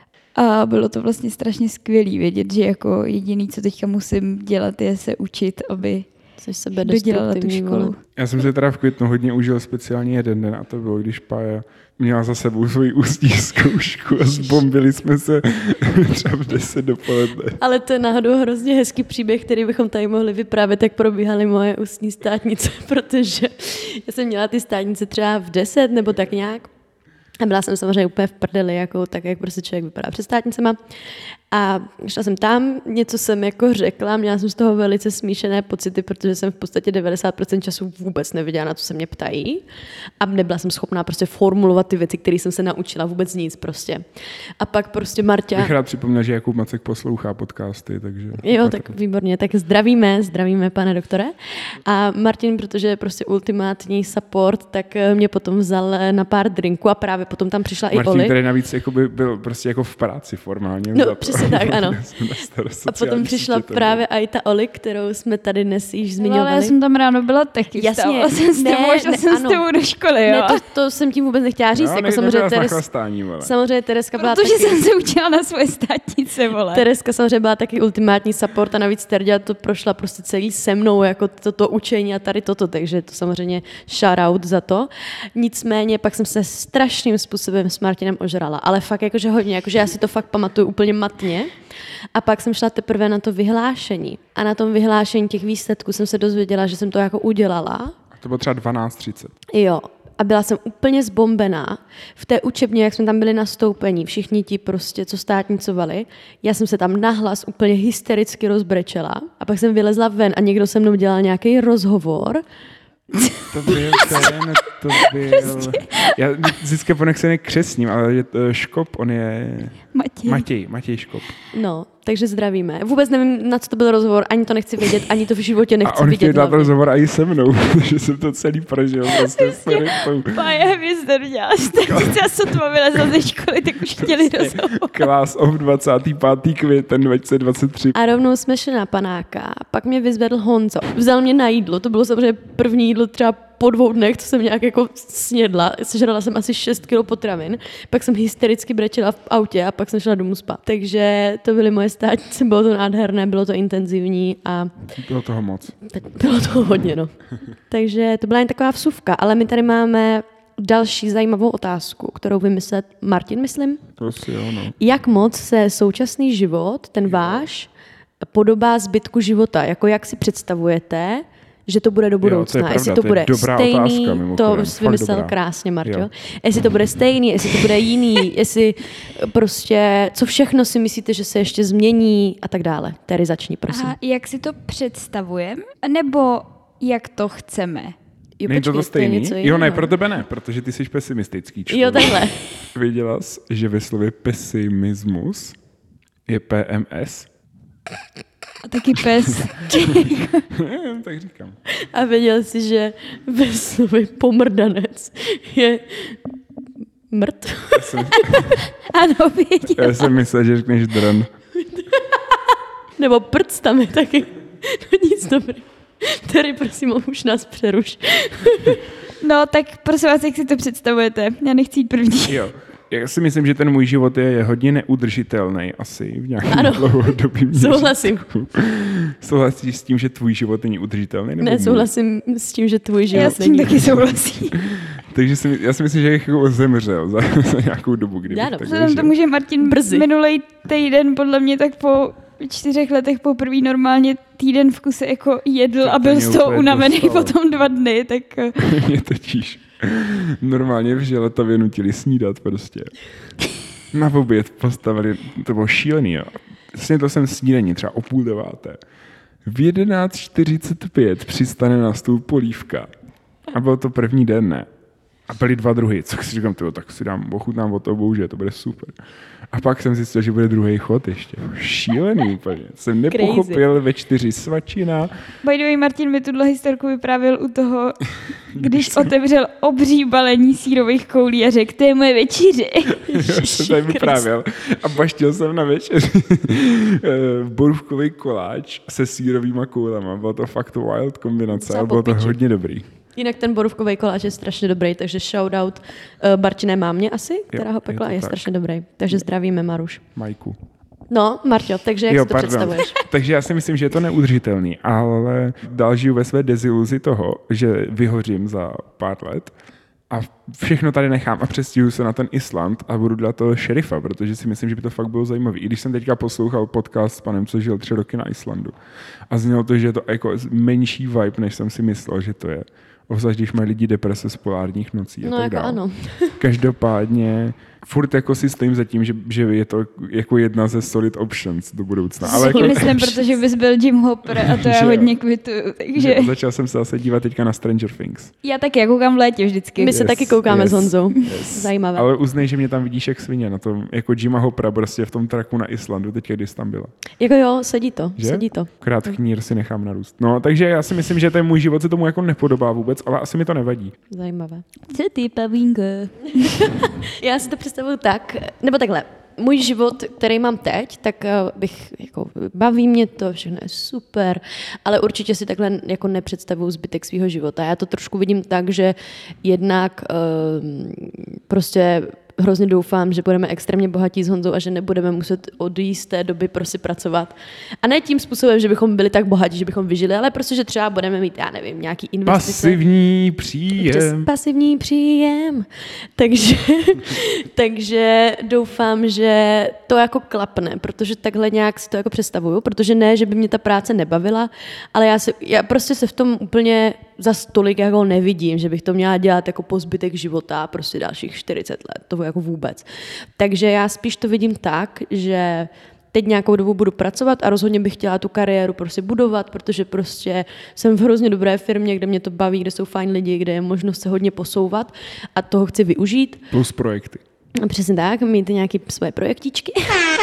A bylo to vlastně strašně skvělý vědět, že jako jediný, co teďka musím dělat, je se učit, aby Jsi sebe dodělala tu destruktivní, školu. vole. Já jsem si teda v květnu hodně užil speciálně jeden den a to bylo, když Pája měla za sebou svoji ústní zkoušku a zbombili jsme se třeba v deset dopoledne. Ale to je náhodou hrozně hezký příběh, který bychom tady mohli vyprávět, jak probíhaly moje ústní státnice, protože já jsem měla ty státnice třeba v deset nebo tak nějak. A byla jsem samozřejmě úplně v prdeli, jako, tak jak prostě člověk vypadá před státnicema. A šla jsem tam, něco jsem jako řekla, měla jsem z toho velice smíšené pocity, protože jsem v podstatě devadesát procent času vůbec nevěděla, na co se mě ptají. A nebyla jsem schopná prostě formulovat ty věci, které jsem se naučila, vůbec nic prostě. A pak prostě Marťa... Bych rád připomněl, že Jakub Macek poslouchá podcasty, takže... Jo, tak výborně, tak zdravíme, zdravíme, pane doktore. A Martin, protože je prostě ultimátní support, tak mě potom vzal na pár drinků a právě potom tam přišla Martin, i Oli. který navíc jakoby byl prostě jako v práci formálně. No, přesně tak, ano. A potom přišla sítě, právě i ta Oli, kterou jsme tady dnes již No, zmiňovali. ale já jsem tam ráno byla taky. Jasně, Stávala jsem s ne, tebou, šla ne, jsem ano. s tebou do školy, jo. Ne, to, to jsem tím vůbec nechtěla říct. No, jako ne, samozřejmě, nebyla jsi na Teres, chlastání, vole. samozřejmě Tereska byla Protože taky... jsem se učila na svoje státnice, vole. Tereska samozřejmě byla taky ultimátní support a navíc Terďa to prošla prostě celý se mnou, jako toto učení a tady toto, takže to samozřejmě shout out za to. Nicméně pak jsem se strašným způsobem s Martinem ožrala, ale fakt jakože hodně, jakože já si to fakt pamatuju úplně matně. A pak jsem šla teprve na to vyhlášení. A na tom vyhlášení těch výsledků jsem se dozvěděla, že jsem to jako udělala. To bylo třeba dvanáct třicet. Jo. A byla jsem úplně zbombená. V té učebně, jak jsme tam byli nastoupení, všichni ti prostě, co státnicovali, já jsem se tam nahlas úplně hystericky rozbrečela. A pak jsem vylezla ven a někdo se mnou dělal nějaký rozhovor. To byl ten, to byl... Já vždycky ponech se nekřesním, ale je to Škop, on je... Matěj. Matěj, Matěj Škop. No, takže zdravíme. Vůbec nevím, na co to byl rozhovor, ani to nechci vědět, ani to v životě nechci A on vidět. chtěl dát hlavně. rozhovor i se mnou, protože jsem to celý prožil prostě s Ritou. Pája hvězda dělala státnice a sotva vylezla ze školy, tak už chtěli rozhovor. Class of dvacátého pátého května dva tisíce dvacet tři. A rovnou jsme šli na panáka, pak mě vyzvedl Honzo. Vzal mě na jídlo, to bylo samozřejmě první jídlo třeba po dvou dnech, co jsem nějak jako snědla. Sežrala jsem asi šest kilo potravin, pak jsem hystericky brečela v autě a pak jsem šla domů spát. Takže to byly moje státnice, bylo to nádherné, bylo to intenzivní a Bylo toho moc. bylo to hodně, no. Takže to byla jen taková vsuvka, ale my tady máme další zajímavou otázku, kterou vymyslet Martin, myslím. To asi jo, no. Jak moc se současný život, ten váš, podobá zbytku života? Jako jak si představujete, že to bude do budoucna? Jo, to je jestli pravda, to to je bude dobrá stejný, otázka, mimochodem, to fakt jsi vymyslel dobrá. krásně, Marťo. Jo. Jestli to bude stejný, jestli to bude jiný, jestli prostě, co všechno si myslíte, že se ještě změní a tak dále. Tady začni, prosím. A jak si to představujeme? Nebo jak to chceme? Jo, Není to to počkej, je stejný? něco Jo, jiného. ne, pro tebe ne, protože ty jsi pesimistický člověk. Jo, takhle. Věděla jsi, že ve slově pesimismus je P M S? A taky pes. Ne, tak říkám. A věděl jsi, že ve slově pomrdanec je mrt? Já jsem, Ano, věděl. já jsem myslel, že řekneš dron. Nebo prc tam je taky. No nic dobrý. Tady prosím, už nás přeruš. No, tak prosím vás, jak si to představujete? Já nechci jít první. Jo. já si myslím, že ten můj život je hodně neudržitelný asi v nějakém dlouhodobým měřítku. Souhlasím. Souhlasíš s tím, že tvůj život není udržitelný? Nebo ne, souhlasím s tím, že tvůj život Já s tím není. taky souhlasím. Takže si, já si myslím, že jako zemřel za, za nějakou dobu, kdybych Já no, tak Vzhledem tomu, že Martin Brzy. minulý týden podle mě tak po čtyřech letech poprvé normálně týden v kuse jako jedl Tak a to byl mě z toho úplně unavený dostalo. potom dva dny, tak mě totiž normálně v Želetově nutili snídat prostě. Na oběd postavili, to bylo šílený, jo. Snědl jsem snídaní třeba o půl deváté. V jedenáct čtyřicet pět přistane na stůl polívka. A byl to první den, ne? A byly dva druhy. Co si říkám, tyjo, tak si dám, ochutnám od obou, že to bude super. A pak jsem zjistil, že bude druhý chod ještě. Šílený úplně. Jsem nepochopil ve čtyři svačina. by the way, Martin mi tuhle historku vyprávěl u toho, když otevřel obří balení sírových koulí a řekl, to je moje večeře. Já jsem tady vyprávěl a baštil jsem na večeři borůvkový koláč se sírovýma koulema. Bylo to fakt wild kombinace, ale bylo to hodně dobrý. Jinak ten borůvkový koláč je strašně dobrý, takže shoutout uh, Barčiné mámě asi, která Jo, ho pekla, je je, to je tak. strašně dobrý. Takže zdravíme Maruš. Majku. No, Marťo, takže jak Jo, si to pardon. představuješ? Takže já si myslím, že je to neudržitelný, ale dál žiju ve své deziluzi toho, že vyhořím za pár let a všechno tady nechám a přestěhuju se na ten Island a budu dělat toho šerifa, protože si myslím, že by to fakt bylo zajímavé. I když jsem teďka poslouchal podcast s panem, co žil tři roky na Islandu a znělo to, že je to jako menší vibe, než jsem si myslel, že to je. Obzvlášť, když mají lidi deprese z polárních nocí a No tak jako dále. ano. Každopádně furt jako si stojím za tím, že, že je to jako jedna ze solid options do budoucna. Ale Taky jako, myslím, protože bys byl Jim Hopper a to já Že jo. hodně kvituju. Takže že začal jsem se zase dívat teďka na Stranger Things. já taky, já koukám v létě vždycky. My se Yes, taky koukáme yes, s Honzou. yes. Zajímavé. Ale uznej, že mě tam vidíš jak svině na tom, jako Jima Hoppera prostě v tom traku na Islandu, teď když tam byla. Jako jo, sedí to, Že? sedí to. Krát knír si nechám narůst. No, takže já si myslím, že ten můj život se tomu jako nepodobá vůbec, ale asi mi to nevadí. Zajímavé. Co ty, Pavínko? Já si to představuju tak, nebo takhle. Můj život, který mám teď, tak uh, bych, jako, baví mě to, všechno je super, ale určitě si takhle jako nepředstavuju zbytek svého života. Já to trošku vidím tak, že jednak uh, prostě hrozně doufám, že budeme extrémně bohatí s Honzou a že nebudeme muset od jisté doby prostě pracovat. A ne tím způsobem, že bychom byli tak bohatí, že bychom vyžili, ale prostě, že třeba budeme mít, já nevím, nějaký investice. Pasivní Přes příjem. pasivní příjem. Takže, takže doufám, že to jako klapne, protože takhle nějak si to jako představuju, protože ne, že by mě ta práce nebavila, ale já, se, já prostě se v tom úplně za stolik jako nevidím, že bych to měla dělat jako po zbytek života, prostě dalších čtyřicet let, to jako vůbec. Takže já spíš to vidím tak, že teď nějakou dobu budu pracovat a rozhodně bych chtěla tu kariéru prostě budovat, protože prostě jsem v hrozně dobré firmě, kde mě to baví, kde jsou fajn lidi, kde je možnost se hodně posouvat a toho chci využít. Plus projekty. A přesně tak, mít nějaké svoje projektíčky.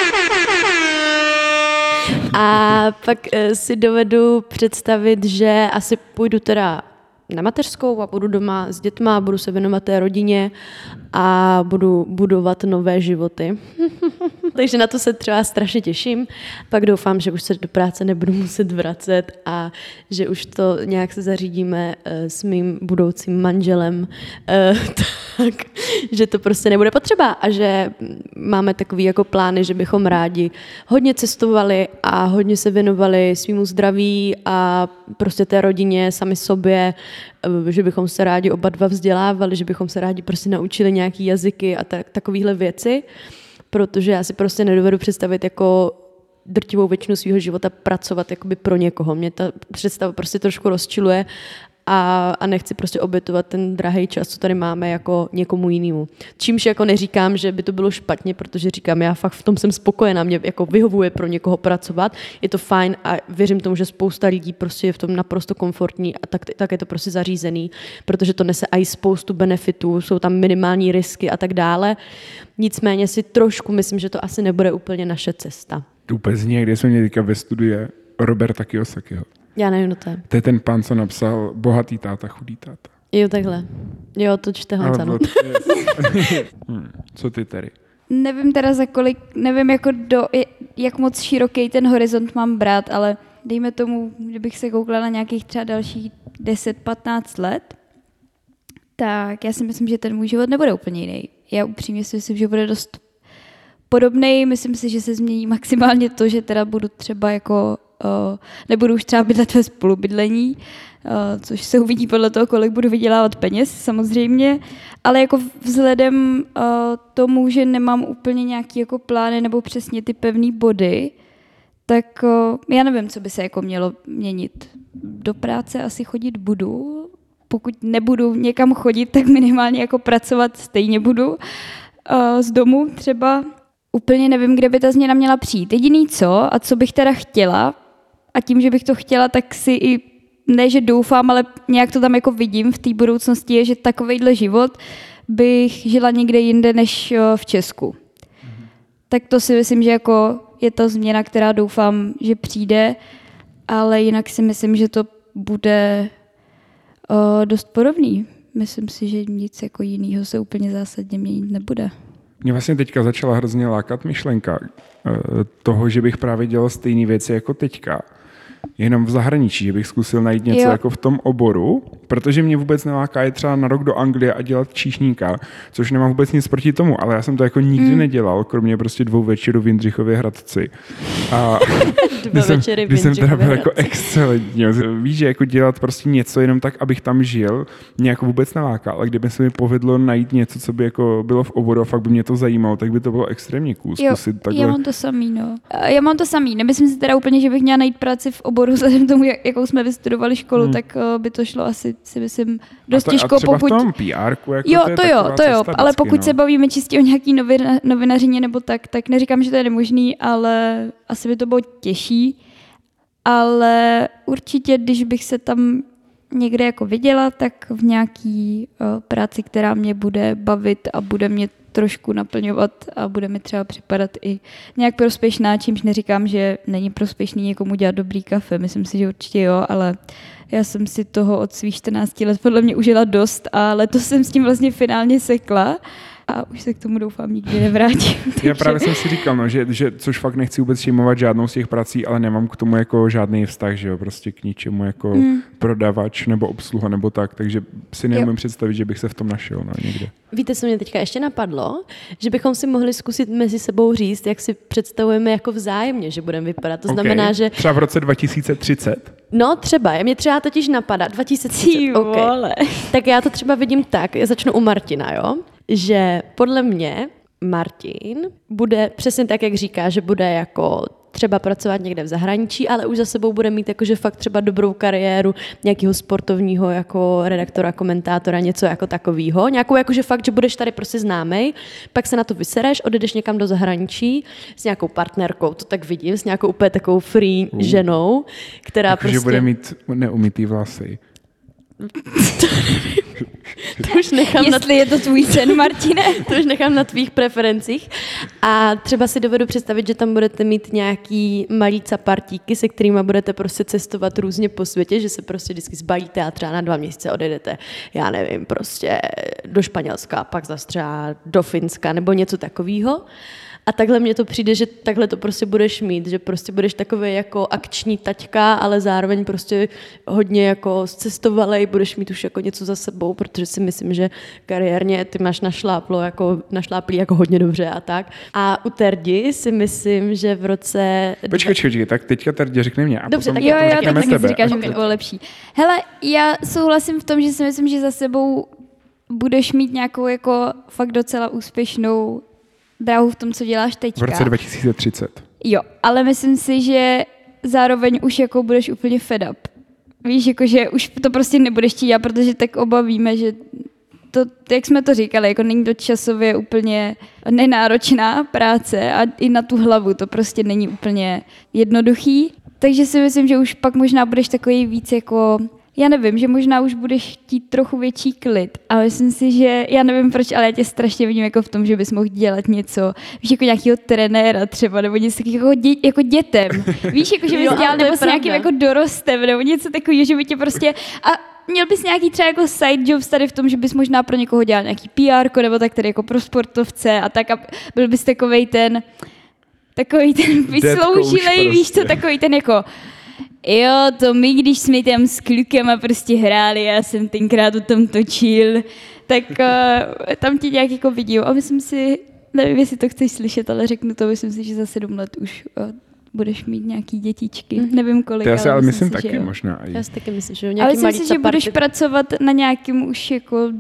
A pak uh, si dovedu představit, že asi půjdu teda na mateřskou a budu doma s dětma, budu se věnovat té rodině a budu budovat nové životy. Takže na to se třeba strašně těším. Pak doufám, že už se do práce nebudu muset vracet a že už to nějak se zařídíme uh, s mým budoucím manželem uh, tak, že to prostě nebude potřeba a že máme takový jako plány, že bychom rádi hodně cestovali a hodně se věnovali svýmu zdraví a prostě té rodině, sami sobě, že bychom se rádi oba dva vzdělávali, že bychom se rádi prostě naučili nějaký jazyky a tak, takovýhle věci, protože já si prostě nedovedu představit jako drtivou většinu svého života pracovat jakoby pro někoho. Mě ta představa prostě trošku rozčiluje a, a nechci prostě obětovat ten drahý čas, co tady máme, jako někomu jinému. Čímž jako neříkám, že by to bylo špatně, protože říkám, já fakt v tom jsem spokojená, mě jako vyhovuje pro někoho pracovat, je to fajn a věřím tomu, že spousta lidí prostě je v tom naprosto komfortní a tak, tak je to prostě zařízený, protože to nese i spoustu benefitů, jsou tam minimální risky a tak dále. Nicméně si trošku myslím, že to asi nebude úplně naše cesta. To úplně z někde jsme měli teďka ve studiu Roberta Kiyosakiho. Já nevím, no to je. To je ten pán, co napsal Bohatý táta, chudý táta. Jo, takhle. Jo, to čte Honza, no. hmm. Co ty tady? Nevím teda za kolik, nevím jako do, jak moc široký ten horizont mám brát, ale dejme tomu, kdybych se koukla na nějakých třeba dalších deset patnáct let, tak já si myslím, že ten můj život nebude úplně jiný. já upřímně si myslím, že bude dost podobnej. Myslím si, že se změní maximálně to, že teda budu třeba jako, uh, nebudu už třeba bydlet ve spolubydlení, uh, což se uvidí podle toho, kolik budu vydělávat peněz samozřejmě, ale jako vzhledem uh, tomu, že nemám úplně nějaký jako plány nebo přesně ty pevný body, tak uh, já nevím, co by se jako mělo měnit. Do práce asi chodit budu, pokud nebudu někam chodit, tak minimálně jako pracovat stejně budu uh, z domu třeba. Úplně nevím, kde by ta změna měla přijít. Jediný co a co bych teda chtěla, a tím, že bych to chtěla, tak si i, ne že doufám, ale nějak to tam jako vidím v té budoucnosti, je, že takovejhle život bych žila někde jinde než v Česku. Mm-hmm. Tak to si myslím, že jako je ta změna, která doufám, že přijde, ale jinak si myslím, že to bude uh, dost podobný. Myslím si, že nic jako jinýho se úplně zásadně měnit nebude. Mě vlastně teďka začala hrozně lákat myšlenka toho, že bych právě dělal stejné věci jako teďka, jenom v zahraničí, že bych zkusil najít něco jo. jako v tom oboru, protože mě vůbec neláká je třeba na rok do Anglie a dělat číšníka, což nemám vůbec nic proti tomu, ale já jsem to jako nikdy mm. nedělal, kromě prostě dvou večerů v Jindřichově Hradci. A když jsem, když jsem teda byl jako excelentní. Víš, že jako dělat prostě něco jenom tak, abych tam žil, mě jako vůbec neláká, ale kdyby se mi povedlo najít něco, co by jako bylo v oboru a fakt by mě to zajímalo, tak by to bylo extrémně cool. Zkusit jo, takhle. Já mám to samý, no. Já mám to samý. Nemyslím si teda úplně, že bych měla najít práci v oboru, vzhledem tomu, jak, jakou jsme vystudovali školu, hmm. tak uh, by to šlo asi, si myslím, dost a to, těžko. A třeba pokud... v tom P R ku, jako jo, to je to jo, to jo, vždycky, ale pokud no. se bavíme čistě o nějaký novina, novinařině nebo tak, tak neříkám, že to je nemožný, ale asi by to bylo těžší. Ale určitě, když bych se tam někde jako viděla, tak v nějaký uh, práci, která mě bude bavit a bude mě trošku naplňovat a bude mi třeba připadat i nějak prospěšná, čímž neříkám, že není prospěšný někomu dělat dobrý kafe. Myslím si, že určitě jo, ale já jsem si toho od svých čtrnácti let podle mě užila dost a letos jsem s tím vlastně finálně sekla a už se k tomu doufám nikdy nevrátím. Takže... Já právě jsem si říkal, no, že, že což fakt nechci vůbec šimovat žádnou z těch prací, ale nemám k tomu jako žádný vztah, že jo, prostě k ničemu jako mm. prodavač nebo obsluha nebo tak, takže si neumím představit, že bych se v tom našel, no, někde. Víte, co mě teďka ještě napadlo? Že bychom si mohli zkusit mezi sebou říct, jak si představujeme jako vzájemně, že budeme vypadat. To okay. znamená, že... Třeba v roce dva tisíce třicet? No třeba, mě třeba totiž napadá dva tisíce třicet. Okay. Tak já to třeba vidím tak, já začnu u Martina, jo? Že podle mě Martin bude přesně tak, jak říká, že bude jako třeba pracovat někde v zahraničí, ale už za sebou bude mít jakože fakt třeba dobrou kariéru nějakého sportovního jako redaktora, komentátora, něco jako takového. Nějakou jakože fakt, že budeš tady prostě známej, pak se na to vysereš, odjedeš někam do zahraničí s nějakou partnerkou, to tak vidím, s nějakou úplně takovou free uh. ženou, která jako, prostě... že bude mít neumytý vlasy. To už nechám Jestli na... je to tvůj sen, Martine. To už nechám na tvých preferencích. A třeba si dovedu představit, že tam budete mít nějaký malý capartíky, se kterými budete prostě cestovat různě po světě, že se prostě vždycky zbalíte a třeba na dva měsíce odejdete, já nevím, prostě do Španělska, pak zase třeba do Finska nebo něco takového. A takhle mně to přijde, že takhle to prostě budeš mít, že prostě budeš takový jako akční taťka, ale zároveň prostě hodně jako zcestovalej, budeš mít už jako něco za sebou, protože si myslím, že kariérně ty máš našláplo jako, našláplý jako hodně dobře a tak. A u Terdi si myslím, že v roce... Počkej, počkej, tak teďka Terdi řekne mě a dobře, potom jo, jo, tak taky říkáš, že by to bylo lepší. Hele, já souhlasím v tom, že si myslím, že za sebou budeš mít nějakou jako fakt docela úspěšnou dráhu v tom, co děláš teďka. V roce dva tisíce třicet. Jo, ale myslím si, že zároveň už jako budeš úplně fed up. Víš, jako že už to prostě nebudeš chtít dělat, protože tak oba víme, že to, jak jsme to říkali, jako není to časově úplně nenáročná práce a i na tu hlavu to prostě není úplně jednoduchý. Takže si myslím, že už pak možná budeš takový víc jako... Já nevím, že možná už budeš chtít trochu větší klid a myslím si, že, já nevím proč, ale já tě strašně vidím jako v tom, že bys mohl dělat něco, víš, jako nějakého trenéra třeba, nebo něco takového jako, dě, jako dětem, víš, jako že bys dělal nebo s nějakým jako dorostem, nebo něco takového, že by tě prostě, a měl bys nějaký třeba jako side jobs tady v tom, že bys možná pro někoho dělal nějaký P R ko, nebo tak tady jako pro sportovce a tak a byl bys takovej ten, takový ten vysloužilej, víš co, takový ten jako... Jo, to my, když jsme tam s klukama prostě hráli, já jsem tenkrát o tom točil, tak uh, tam tě nějak jako vidí. A myslím si, nevím, jestli to chceš slyšet, ale řeknu to, myslím si, že za sedm let už uh, budeš mít nějaký dětičky. Mm-hmm. Nevím kolik, to já si ale myslím, myslím si, taky možná. Já si taky myslím, že jo, nějaký malý Ale myslím si, že budeš party... pracovat na nějakým už jako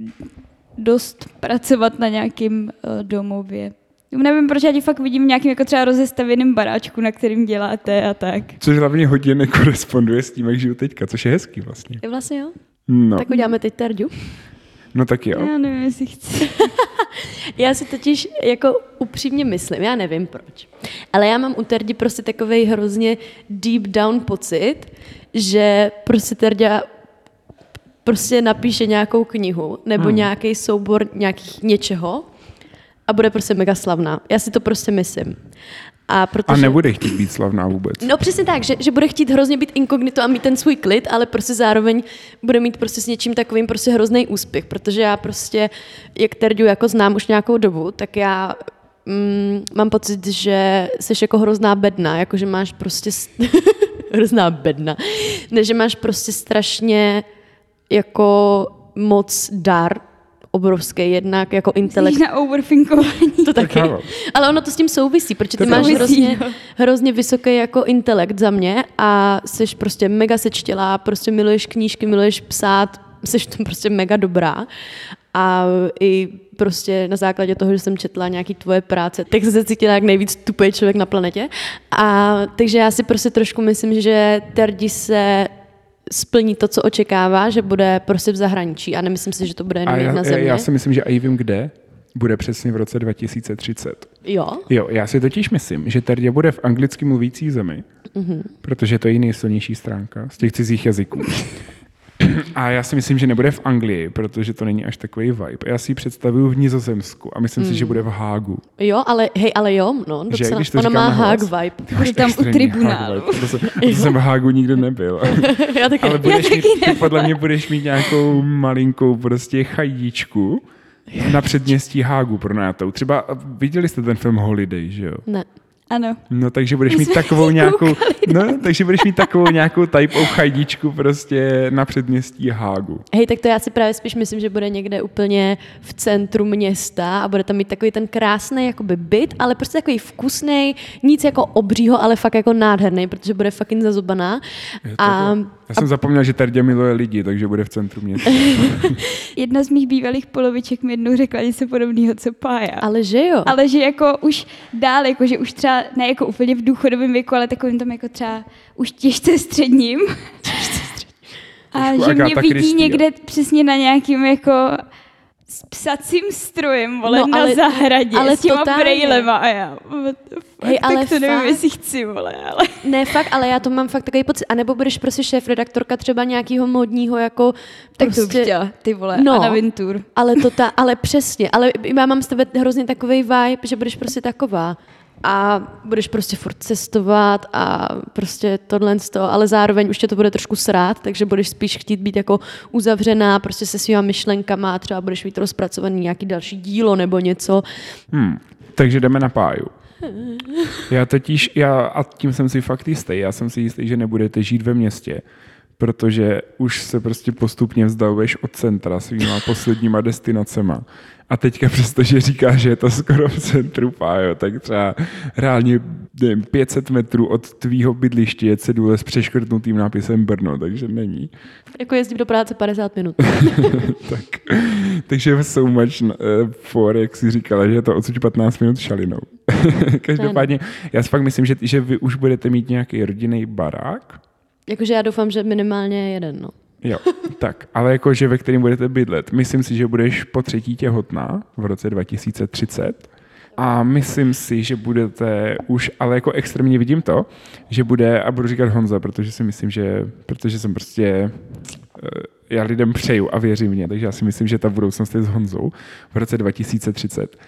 dost pracovat na nějakým uh, domově. Nevím, proč já ti fakt vidím v nějakým jako třeba rozestavěným baráčku, na kterým děláte a tak. Což hlavně hodně nekoresponduje s tím, jak žiju teďka, což je hezký vlastně. Je vlastně jo? No. Tak uděláme teď Terďu. No tak jo. Já nevím, jestli chci. Já si totiž jako upřímně myslím, já nevím proč, ale já mám u Terdi prostě takovej hrozně deep down pocit, že prostě Terďa prostě napíše nějakou knihu nebo hmm. nějaký soubor nějakých něčeho a bude prostě mega slavná. Já si to prostě myslím. A, protože... a nebude chtít být slavná vůbec. No přesně tak, že, že bude chtít hrozně být inkognito a mít ten svůj klid, ale prostě zároveň bude mít prostě s něčím takovým prostě hrozný úspěch, protože já prostě, jak Terďu jako znám už nějakou dobu, tak já mm, mám pocit, že jsi jako hrozná bedna, jakože máš prostě hrozná bedna, ne, že máš prostě strašně jako moc dar, obrovský jednak jako intelekt. Na overthinkování. To taky. Ale ono to s tím souvisí, protože ty máš hrozně, hrozně vysoký jako intelekt za mě a jsi prostě mega sečtělá, prostě miluješ knížky, miluješ psát, jsi tam prostě mega dobrá. A i prostě na základě toho, že jsem četla nějaký tvoje práce, tak jsem se cítila jak nejvíc tupý člověk na planetě. A takže já si prostě trošku myslím, že Terdi se splní to, co očekává, že bude prostě v zahraničí a nemyslím si, že to bude jenom jedna země. Já si myslím, že i vím, kde bude přesně v roce dva tisíce třicet. Jo? Jo, já si totiž myslím, že Terďa bude v anglicky mluvící zemi, mm-hmm. protože to je nejsilnější stránka z těch cizích jazyků. A já si myslím, že nebude v Anglii, protože to není až takový vibe. Já si ji představuju v Nizozemsku a myslím mm. si, že bude v Hágu. Jo, ale hej, ale jo, no, docela. Že, ona má Hák vibe. Bude tam u tribunálu. To, to, to jsem v Hágu nikdy nebyl. Já taky. Ale budeš Já mít, taky ty podle mě budeš mít nějakou malinkou prostě chajdičku na předměstí Hágu pronajatou. Třeba viděli jste ten film Holiday, že jo? Ne. Ano. No takže budeš mít takovou nějakou, no, takže budeš mít takovou nějakou type of chajdičku prostě na předměstí Hágu. Hej, tak to já si právě spíš myslím, že bude někde úplně v centru města a bude tam mít takový ten krásný jakoby byt, ale prostě takový vkusnej, nic jako obřího, ale fakt jako nádherný, protože bude fucking zazubaná. A, já jsem a... zapomněl, že Terďa miluje lidi, takže bude v centru města. Jedna z mých bývalých poloviček mi jednou řekla něco podobného, co Pája. Ale že jo. Ale že jako už dál, jako že už třeba ne jako úplně v důchodovém věku, ale takovým tam jako třeba už těžce středním. A že mě vidí Christy, někde jo. přesně na nějakým jako s psacím strojem, vole, no, ale, na zahradě, ale s těma brejlema a já. Hej, tak ale to nevím, fakt, jestli chci, vole, ale... Ne, fakt, ale já to mám fakt takový pocit. A nebo budeš prostě šéfredaktorka třeba nějakého modního jako... Tak prostě... to bych chtěla, ty vole, no, Anna Wintour. Ale, to ta, ale přesně, ale já mám z tebe hrozně takovej vibe, že budeš prostě taková. A budeš prostě furt cestovat a prostě tohle z toho, ale zároveň už tě to bude trošku srát, takže budeš spíš chtít být jako uzavřená prostě se svýma myšlenkama a třeba budeš mít rozpracovaný nějaký další dílo nebo něco. Hmm, takže jdeme na Páju. Já totiž, já, a tím jsem si fakt jistý, já jsem si jistý, že nebudete žít ve městě, protože už se prostě postupně vzdaluješ od centra svýma posledníma destinacema. A teďka přestože říká, že je to skoro v centru, Pájo, tak třeba reálně nevím, pět set metrů od tvýho bydliště je cedule s přeškrtnutým nápisem Brno, takže není. Jako jezdím do práce padesát minut. tak, takže so much for, jak jsi říkala, že je to odsud patnáct minut šalinou. Každopádně, já si fakt myslím, že, že vy už budete mít nějaký rodinný barák. Jakože já doufám, že minimálně jeden, no. Jo, tak, ale jakože ve kterém budete bydlet. Myslím si, že budeš po třetí těhotná v roce dva tisíce třicet a myslím si, že budete už, ale jako extrémně vidím to, že bude, a budu říkat Honza, protože si myslím, že, protože jsem prostě, já lidem přeju a věřím mě, takže já si myslím, že ta budoucnost je s Honzou v roce dva tisíce třicet.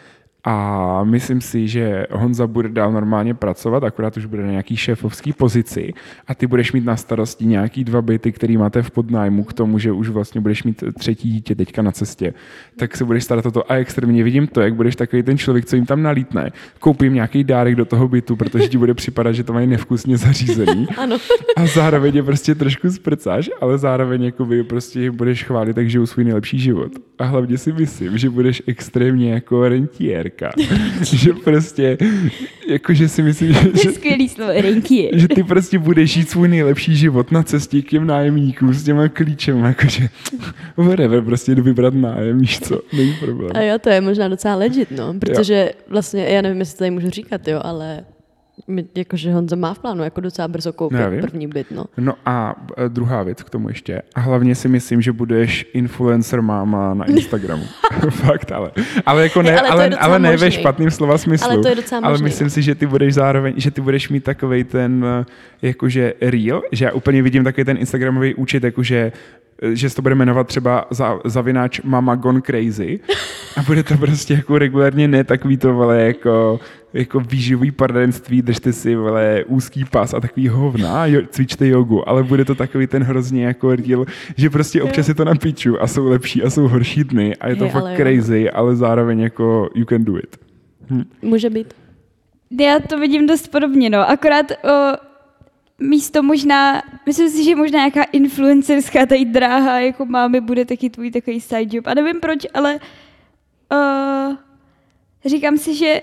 A myslím si, že Honza bude dál normálně pracovat, akorát už bude na nějaký šéfovský pozici a ty budeš mít na starosti nějaký dva byty, který máte v podnájmu k tomu, že už vlastně budeš mít třetí dítě teďka na cestě. Tak se budeš starat o to a extrémně vidím to, jak budeš takový ten člověk, co jim tam nalítne. Koupím nějaký dárek do toho bytu, protože ti bude připadat, že to mají nevkusně zařízený. Ano. A zároveň je prostě trošku zprcáš, ale zároveň jakoby prostě budeš chválit, tak žijou svůj nejlepší život. A hlavně si myslím, že budeš extrémně jako rentiérka. Že prostě, jakože si myslím, že, že, Skvělý slovo, rentiér. že ty prostě budeš žít svůj nejlepší život na cestě k těm nájemníkům s těma klíčem, jakože whatever, prostě jdu vybrat nájem, víš co, není problém. A jo, to je možná docela legit, no, protože jo. vlastně, já nevím, jestli to tady můžu říkat, jo, ale my, jakože Honza má v plánu jako docela brzo koupit první byt, no. No a druhá věc k tomu ještě. A hlavně si myslím, že budeš influencer máma na Instagramu. Fakt, ale. Ale jako ne, ale, ale, ale ne ve špatným slova smyslu. Ale to je docela možný, ale myslím no. si, že ty budeš zároveň, že ty budeš mít takovej ten jakože reel, že já úplně vidím takový ten instagramový účet, jakože že se to bude jmenovat třeba za, zavináč Mama Gone Crazy a bude to prostě jako regulárně ne takový to, vole, jako, jako výživový poradenství, držte si, vole, úzký pas a takový hovna, jo, cvičte jogu, ale bude to takový ten hrozně jako real, že prostě občas je to na piču a jsou lepší a jsou horší dny a je to Hej, fakt ale crazy, jo. Ale zároveň jako you can do it. Hm. Může být. Já to vidím dost podobně, no, akorát o, místo možná, myslím si, že možná nějaká influencerská tady dráha, jako máme, bude taky tvůj takový side job. A nevím proč, ale uh, říkám si, že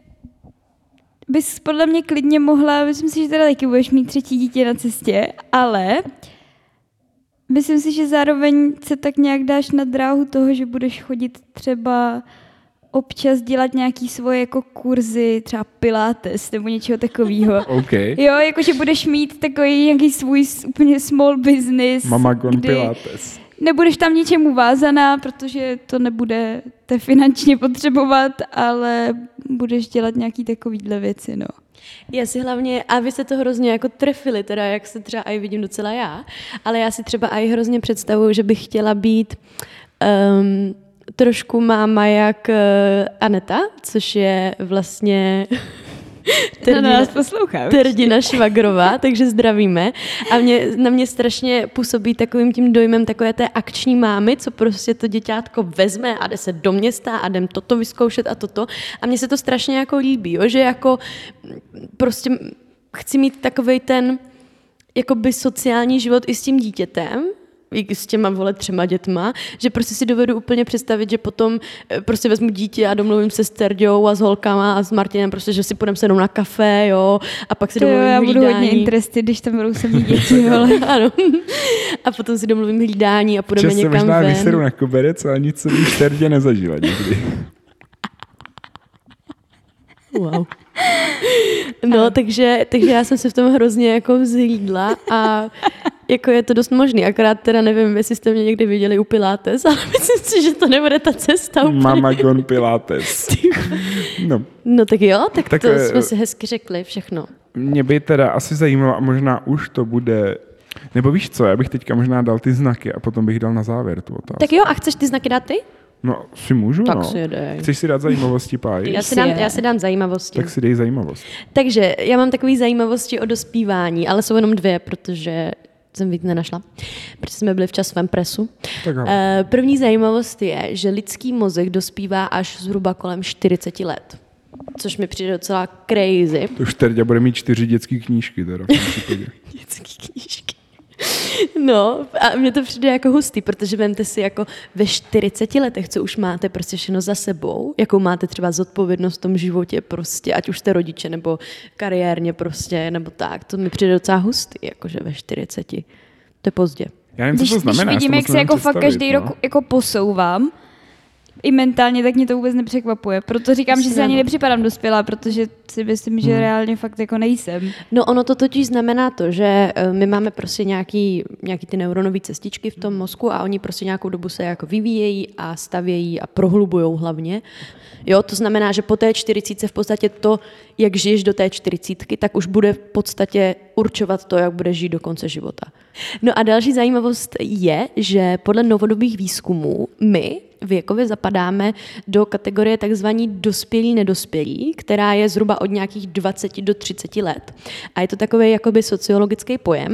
bys podle mě klidně mohla, myslím si, že teda taky budeš mít třetí dítě na cestě, ale myslím si, že zároveň se tak nějak dáš na dráhu toho, že budeš chodit třeba občas dělat nějaký svoje jako kurzy, třeba pilates nebo něčeho takového. Okay. Jo, jakože budeš mít takový nějaký svůj úplně small business. Mama Gone Pilates. Nebudeš tam ničemu vázaná, protože to nebude te finančně potřebovat, ale budeš dělat nějaký takovýhle věci, no. Já si hlavně, a vy se to hrozně jako trefili, teda jak se třeba aj vidím docela já, ale já si třeba aj hrozně představuju, že bych chtěla být um, trošku máma jak uh, Aneta, což je vlastně Terdina, nás poslouchá. Terdina Švagrová, takže zdravíme. A mě, na mě strašně působí takovým tím dojmem takové té akční mámy, co prostě to děťátko vezme a jde se do města a jdem toto vyzkoušet a toto. A mně se to strašně jako líbí, jo? Že jako prostě chci mít takovej ten jakoby sociální život i s tím dítětem, i s těma, vole, třema dětma, že prostě si dovedu úplně představit, že potom prostě vezmu dítě a domluvím se s Terďou a s holkama a s Martinem, prostě, že si půjdeme sednout na kafe, jo, a pak si to domluvím jo, já hlídání. budu hodně interested, když tam budou se mít děti, ale ano. A potom si domluvím hlídání a půjdeme Čas někam se možná ven. vyseru na koberec, ale nic jsem v Terdě nezažila nikdy. Wow. No, takže, takže já jsem se v tom hrozně jako vzhlídla a jako je to dost možný, akorát teda nevím, jestli jste mě někdy viděli u Pilates, ale myslím si, že to nebude ta cesta úplně. Mama Gone Pilates. No. No tak jo, tak, Tak, to eh, jsme si hezky řekli všechno. Mě by teda asi zajímalo, a možná už to bude, nebo víš co, já bych teďka možná dal ty znaky a potom bych dal na závěr tu otázku. Tak jo, a chceš ty znaky dát ty? No, si můžu, Tak no. si jedej. Chceš si dát zajímavosti, Páji? Já si, dám, já si dám zajímavosti. Tak si dej zajímavost. Takže já mám takové zajímavosti o dospívání, ale jsou jenom dvě, protože jsem víc nenašla, protože jsme byli v časovém presu. Tak Uh, první zajímavost je, že lidský mozek dospívá až zhruba kolem čtyřicet let, což mi přijde docela crazy. To už Terďa bude mít čtyři dětské knížky teda v tom případě. Dětský knížky. No a mně to přijde jako hustý, protože vemte si jako ve čtyřiceti letech, co už máte prostě všechno za sebou, jakou máte třeba zodpovědnost v tom životě prostě, ať už jste rodiče nebo kariérně prostě, nebo tak, to mi přijde docela hustý, jakože ve čtyřiceti. To je pozdě. Já nevím, když, co to znamená. když vidím, jak se jako fakt každý no. rok jako posouvám, i mentálně, tak mě to vůbec nepřekvapuje. Proto říkám, Prostě že si ani ano. nepřipadám dospělá, protože si myslím, že Hmm. reálně fakt jako nejsem. No ono to totiž znamená to, že eh, my máme prostě nějaký, nějaký ty neuronové cestičky v tom mozku a oni prostě nějakou dobu se jako vyvíjejí a stavějí a prohlubujou hlavně. Jo, to znamená, že po té čtyřicítce v podstatě to, jak žiješ do té čtyřicítky, tak už bude v podstatě určovat to, jak budeš žít do konce života. No a další zajímavost je, že podle novodobých výzkumů my věkově zapadáme do kategorie takzvaní dospělí nedospělí, která je zhruba od nějakých dvacet do třicet let. A je to takový jakoby sociologický pojem,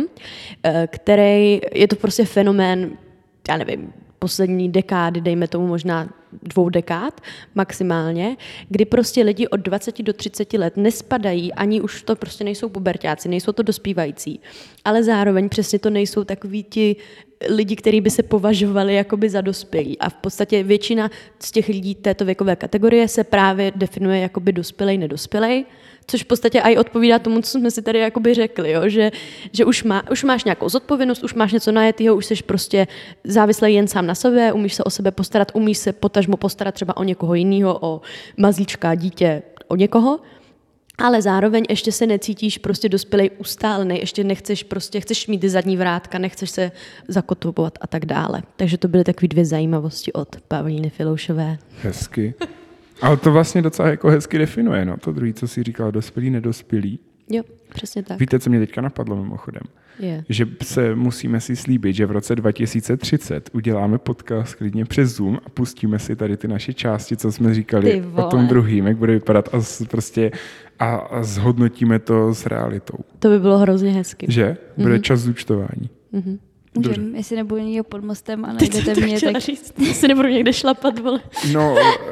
který je to prostě fenomén, já nevím, poslední dekády, dejme tomu možná dvou dekád maximálně, kdy prostě lidi od dvacet do třicet let nespadají, ani už to prostě nejsou puberťáci, nejsou to dospívající, ale zároveň přesně to nejsou takoví ti lidi, kteří by se považovali jakoby za dospělí. A v podstatě většina z těch lidí této věkové kategorie se právě definuje jakoby dospělej, nedospělej, což v podstatě i odpovídá tomu, co jsme si tady jakoby řekli, jo? Že, že už, má, už máš nějakou zodpovědnost, už máš něco najetýho, už jsi prostě závislý jen sám na sobě, umíš se o sebe postarat, umíš se potažmo postarat třeba o někoho jiného, o mazlíčka, dítě, o někoho, ale zároveň ještě se necítíš prostě dospělej, ustálený, ještě nechceš prostě, chceš mít zadní vrátka, nechceš se zakotvovat a tak dále. Takže to byly takové dvě zajímavosti od Pavlíny Filoušové. Hezky. Ale to vlastně docela jako hezky definuje, no. To druhý, co jsi říkal, dospělý, nedospělý. Jo, přesně tak. Víte, co mě teďka napadlo mimochodem? Je. Že se musíme si slíbit, že v roce dva tisíce třicet uděláme podcast klidně přes Zoom a pustíme si tady ty naše části, co jsme říkali o tom druhým, jak bude vypadat a z, prostě a, a zhodnotíme to s realitou. To by bylo hrozně hezky. Že? Bude mm-hmm. čas zúčtování. Mm-hmm. Můžem, jestli nebudu někdo pod mostem a najdete mě, tak... Jestli nebudu někde šlapat, vole. No,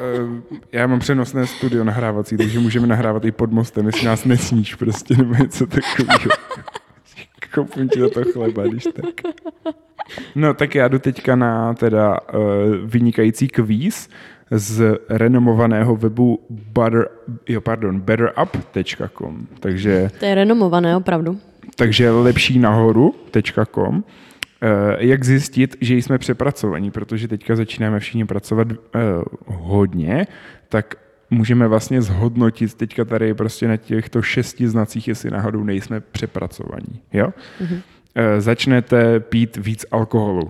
já mám přenosné studio nahrávací, takže můžeme nahrávat i pod mostem, jestli nás nesníš prostě, nebo něco takového. Koupím ti do toho chleba, když tak. No, tak já jdu teďka na teda uh, vynikající kvíz z renomovaného webu butter, jo, pardon, betterup tečka com. Takže... To je renomované, opravdu. Takže lepší nahoru tečka com. Jak zjistit, že jsme přepracovaní, protože teďka začínáme všichni pracovat uh, hodně, tak můžeme vlastně zhodnotit teďka tady prostě na těchto šesti znacích, jestli náhodou nejsme přepracovaní. Jo? Mm-hmm. Uh, začnete pít víc alkoholu.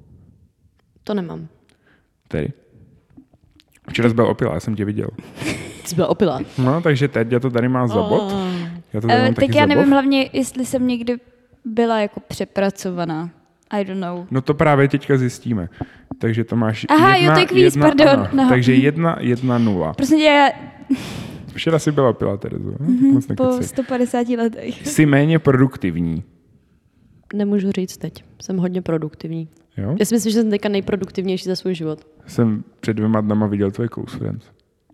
To nemám. Tedy. Včera jsi byl opilá, já jsem tě viděl. Jsi byl opilá. No, takže teď já to tady mám za bod. Já to tady mám uh, taky tak já za nevím bod. hlavně, jestli jsem někdy byla jako přepracovaná. I don't know. No to právě teďka zjistíme. Takže to máš Aha, jedna, jo, to je kvíz, jedna, pardon. Ano, No. Takže jedna, jedna, nula. Prostě já... Včera jsi byla opilá, Terezo. Mm-hmm, Moc po nekeci. sto padesáti letech. Jsi méně produktivní. Nemůžu říct teď. Jsem hodně produktivní. Jo? Já si myslím, že jsem teďka nejproduktivnější za svůj život. Jsem před dvěma dnama viděl tvoje close friends.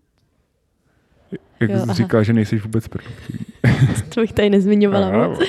Jak Jo, jsi aha. říkala, že nejsi vůbec produktivní. To bych tady nezmiňovala Aha, moc.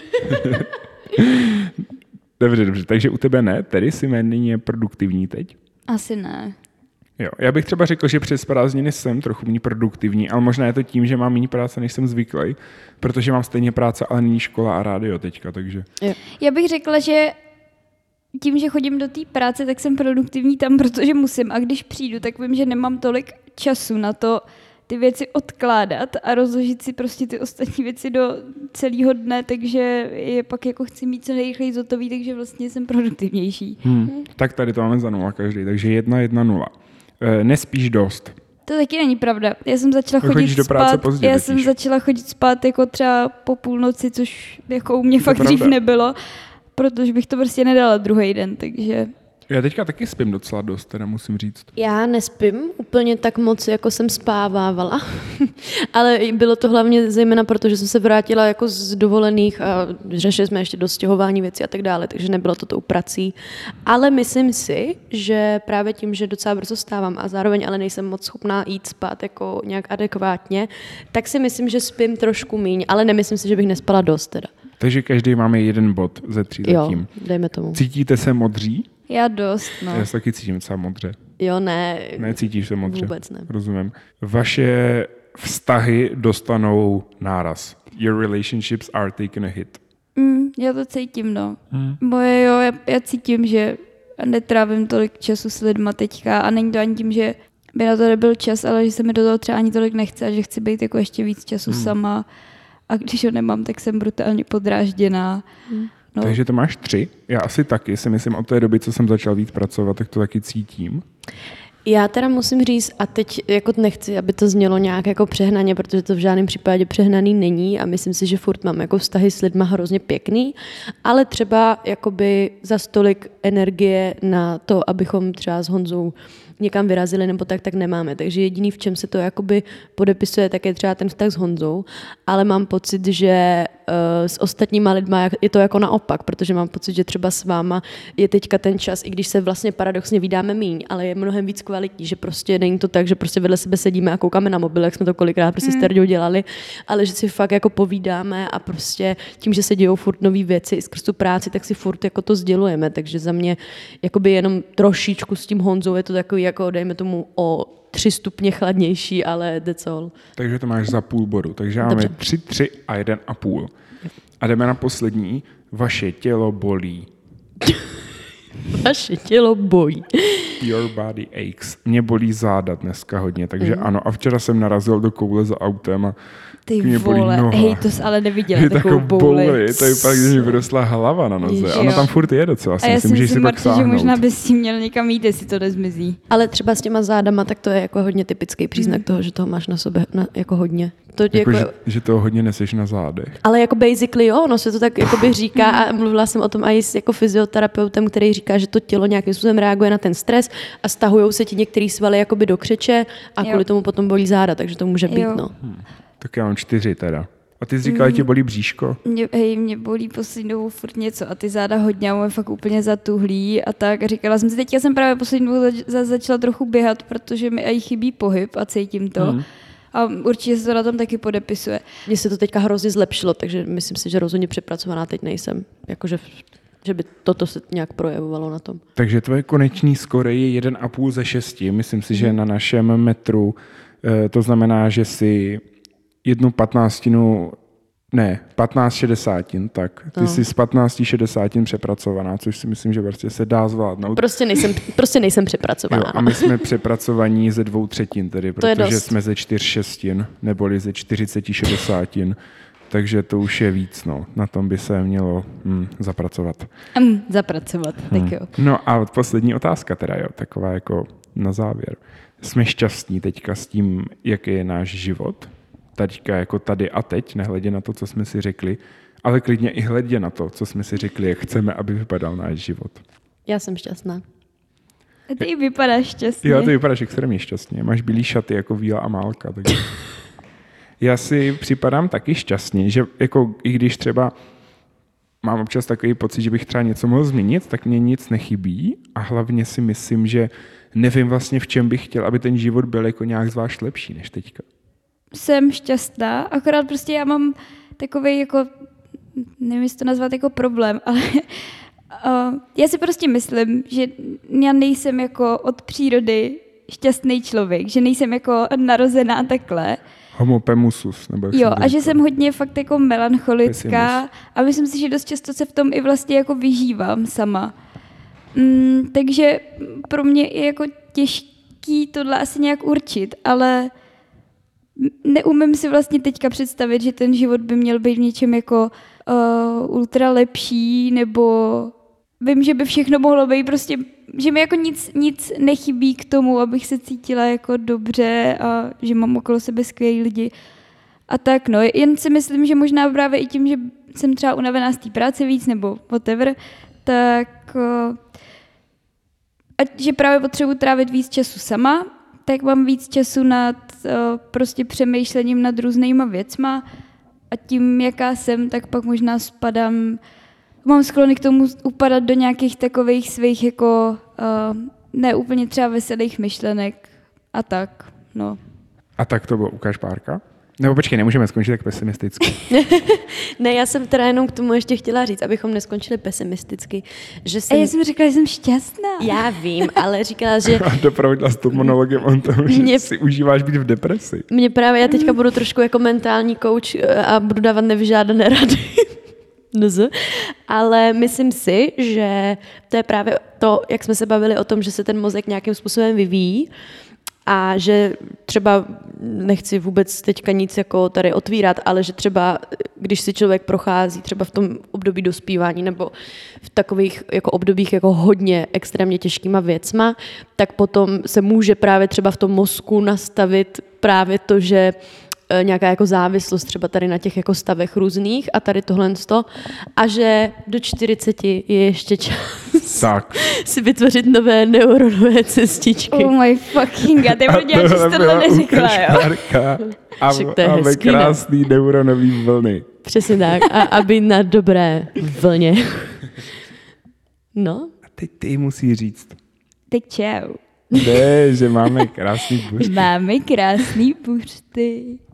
Dobře, dobře. Takže u tebe ne, tedy jsi méně produktivní teď? Asi ne. Jo, já bych třeba řekl, že přes prázdniny jsem trochu méně produktivní, ale možná je to tím, že mám méně práce, než jsem zvyklý, protože mám stejně práce, ale není škola a rádio teďka, takže... Jo. Já bych řekla, že tím, že chodím do té práce, tak jsem produktivní tam, protože musím. A když přijdu, tak vím, že nemám tolik času na to ty věci odkládat a rozložit si prostě ty ostatní věci do celého dne, takže je pak jako chci mít co nejrychleji zotový, takže vlastně jsem produktivnější. Hmm. Tak tady to máme za nula každý, takže jedna, jedna, nula. E, nespíš dost. To taky není pravda. Já jsem začala chodit Chodíš do práce spát, pozdě, já totiž. jsem začala chodit spát jako třeba po půlnoci, což jako u mě To je fakt dřív pravda. nebylo, protože bych to prostě nedala druhý den, takže... Já teďka taky spím docela dost, teda musím říct. Já nespím úplně tak moc, jako jsem spávávala, ale bylo to hlavně zejména proto, že jsem se vrátila jako z dovolených a řešili jsme ještě dostěhování věcí a tak dále, takže nebylo to tou prací. Ale myslím si, že právě tím, že docela brzo stávám a zároveň ale nejsem moc schopná jít spát jako nějak adekvátně, tak si myslím, že spím trošku míň, ale nemyslím si, že bych nespala dost teda. Takže každý máme jeden bod ze tří Jo, zatím. dejme tomu. Cítíte se modří? Já dost, no. Já se taky cítím docela modře. Jo, ne. Necítíš se modře? Vůbec ne. Rozumím. Vaše vztahy dostanou náraz. Your relationships are taken a hit. Mm, já to cítím, no. Hmm. Moje jo, já, já cítím, že netrávím tolik času s lidma teďka a není to ani tím, že by na to nebyl čas, ale že se mi do toho třeba ani tolik nechce a že chci být jako ještě víc času Hmm. sama a když ho nemám, tak jsem brutálně podrážděná. Hmm. No. Takže to máš tři. Já asi taky si myslím od té doby, co jsem začal víc pracovat, tak to taky cítím. Já teda musím říct, a teď jako nechci, aby to znělo nějak jako přehnaně, protože to v žádném případě přehnaný není a myslím si, že furt mám jako vztahy s lidma hrozně pěkný, ale třeba jakoby za stolik energie na to, abychom třeba s Honzou někam vyrazili nebo tak, tak nemáme. Takže jediný, v čem se to jakoby podepisuje, tak je třeba ten vztah s Honzou, ale mám pocit, že uh, s ostatníma lidma je to jako naopak, protože mám pocit, že třeba s váma je teďka ten čas, i když se vlastně paradoxně vydáme míň, ale je mnohem víc kvalitní, že prostě není to tak, že prostě vedle sebe sedíme a koukáme na mobil, jak jsme to kolikrát prostě mm. s Terďou dělali, ale že si fakt jako povídáme a prostě tím, že se dějou furt nový věci i skrz tu práci, tak si furt jako to sdělujeme, takže za mě jakoby jenom trošičku s tím Honzou je to takový jako dejme tomu o tři stupně chladnější, ale that's all. Takže to máš za půl bodu. Takže máme tři, tři a jeden a půl. A jdeme na poslední. Vaše tělo bolí. Vaše tělo bolí. Your body aches. Mě bolí záda dneska hodně, takže mm. ano. A včera jsem narazil do koule za autem a ty mě bolí vole, noha. hej, to jsi ale neviděla, je takovou bouli. To je pak, když mi vyrostla hlava na noze. Ona tam furt je docela. A já myslím, si myslím, Marti, že možná bys si měl někam jít, jestli to nezmizí. Ale třeba s těma zádama, tak to je jako hodně typický příznak hmm. toho, že toho máš na sobě na, jako hodně. To jako, jako, že, že toho hodně neseš na zádech. Ale jako basically jo, no se to tak jakoby říká a mluvila jsem o tom i s jako fyzioterapeutem, který říká, že to tělo nějakým způsobem reaguje na ten stres a stahujou se ti některý svaly jakoby do křeče a kvůli jo. tomu potom bolí záda, takže to může být, jo. no. Hmm. Tak já mám čtyři teda. A ty jsi říkala, že tě bolí bříško? Mě, hej, mě bolí poslední dobou furt něco a ty záda hodně, mám fakt úplně zatuhlý a tak. A říkala jsem si, teďka jsem právě poslední dobou zač- za- začala trochu běhat, protože mi aj chybí pohyb a cítím to. Hmm. A určitě se to na tom taky podepisuje. Mně se to teďka hrozně zlepšilo, takže myslím si, že rozhodně přepracovaná teď nejsem. Jakože, že by toto se nějak projevovalo na tom. Takže tvoje konečný skóre je jeden a půl ze šesti. Myslím si, že na našem metru to znamená, že si jednu patnáctinu, ne, patnáct šedesátin, tak. Ty no. jsi z patnáct šedesátin přepracovaná, což si myslím, že vlastně se dá zvládnout. Prostě nejsem, prostě nejsem přepracovaná. Jo, a my jsme přepracovaní ze dvou třetin, tedy, protože jsme ze čtyř šestin, neboli ze čtyřicet šedesátin. Takže to už je víc, no. Na tom by se mělo hm, zapracovat. Mm, zapracovat, hmm. tak jo. No a poslední otázka teda, jo, taková jako na závěr. Jsme šťastní teďka s tím, jaký je náš život? Teďka jako tady a teď, nehledě na to, co jsme si řekli, ale klidně i hledě na to, co jsme si řekli, jak chceme, aby vypadal náš život. Já jsem šťastná. A ty vypadáš šťastně. Jo, ty vypadáš extrémně šťastně. Máš bílý šaty jako Víla Amálka. Takže... Já si připadám taky šťastně, že jako i když třeba mám občas takový pocit, že bych třeba něco mohl změnit, tak mě nic nechybí a hlavně si myslím, že nevím vlastně, v čem bych chtěl, aby ten život byl jako nějak zvlášť lepší než teďka. Jsem šťastná, akorát prostě já mám takový jako, nevím, jestli to nazvat jako problém, ale uh, já si prostě myslím, že já nejsem jako od přírody šťastný člověk, že nejsem jako narozená takhle. Homopemusus. Nebo jo, a že jsem hodně fakt jako melancholická Pesimus. A myslím si, že dost často se v tom i vlastně jako vyžívám sama. Mm, takže pro mě je jako těžký tohle asi nějak určit, ale neumím si vlastně teďka představit, že ten život by měl být v něčem jako uh, ultra lepší, nebo vím, že by všechno mohlo být prostě, že mi jako nic, nic nechybí k tomu, abych se cítila jako dobře a že mám okolo sebe skvělý lidi. A tak no, jen si myslím, že možná právě i tím, že jsem třeba unavená z té práce víc nebo whatever, tak uh, a že právě potřebuji trávit víc času sama, tak mám víc času nad uh, prostě přemýšlením nad různýma věcma a tím, jaká jsem, tak pak možná spadám, mám sklony k tomu upadat do nějakých takových svých jako uh, ne úplně třeba veselých myšlenek a tak, no. A tak to bylo, ukáž párka? Nebo počkej, nemůžeme skončit tak pesimisticky. Ne, já jsem teda jenom k tomu ještě chtěla říct, abychom neskončili pesimisticky. Že jsem... A já jsem říkala, že jsem šťastná. Já vím, ale říkala, že... A doprovodila s tím monologem o tom, že mě... si užíváš být v depresi. Mě právě, já teďka budu trošku jako mentální coach a budu dávat nevyžádané rady. Ale myslím si, že to je právě to, jak jsme se bavili o tom, že se ten mozek nějakým způsobem vyvíjí a že třeba, nechci vůbec teďka nic jako tady otvírat, ale že třeba, když si člověk prochází třeba v tom období dospívání nebo v takových jako obdobích jako hodně extrémně těžkýma věcma, tak potom se může právě třeba v tom mozku nastavit právě to, že nějaká jako závislost třeba tady na těch jako stavech různých a tady tohle sto a že do čtyřiceti je ještě čas tak. si vytvořit nové neuronové cestičky. Oh my fucking god, já budu dělat, že jsi tohle neřekla, jo. A, a krásný neuronový vlny. Přesně tak, a aby na dobré vlně. No. A teď ty musí říct. Tak čau. Ne, že máme krásný buřty. Máme krásný buřty.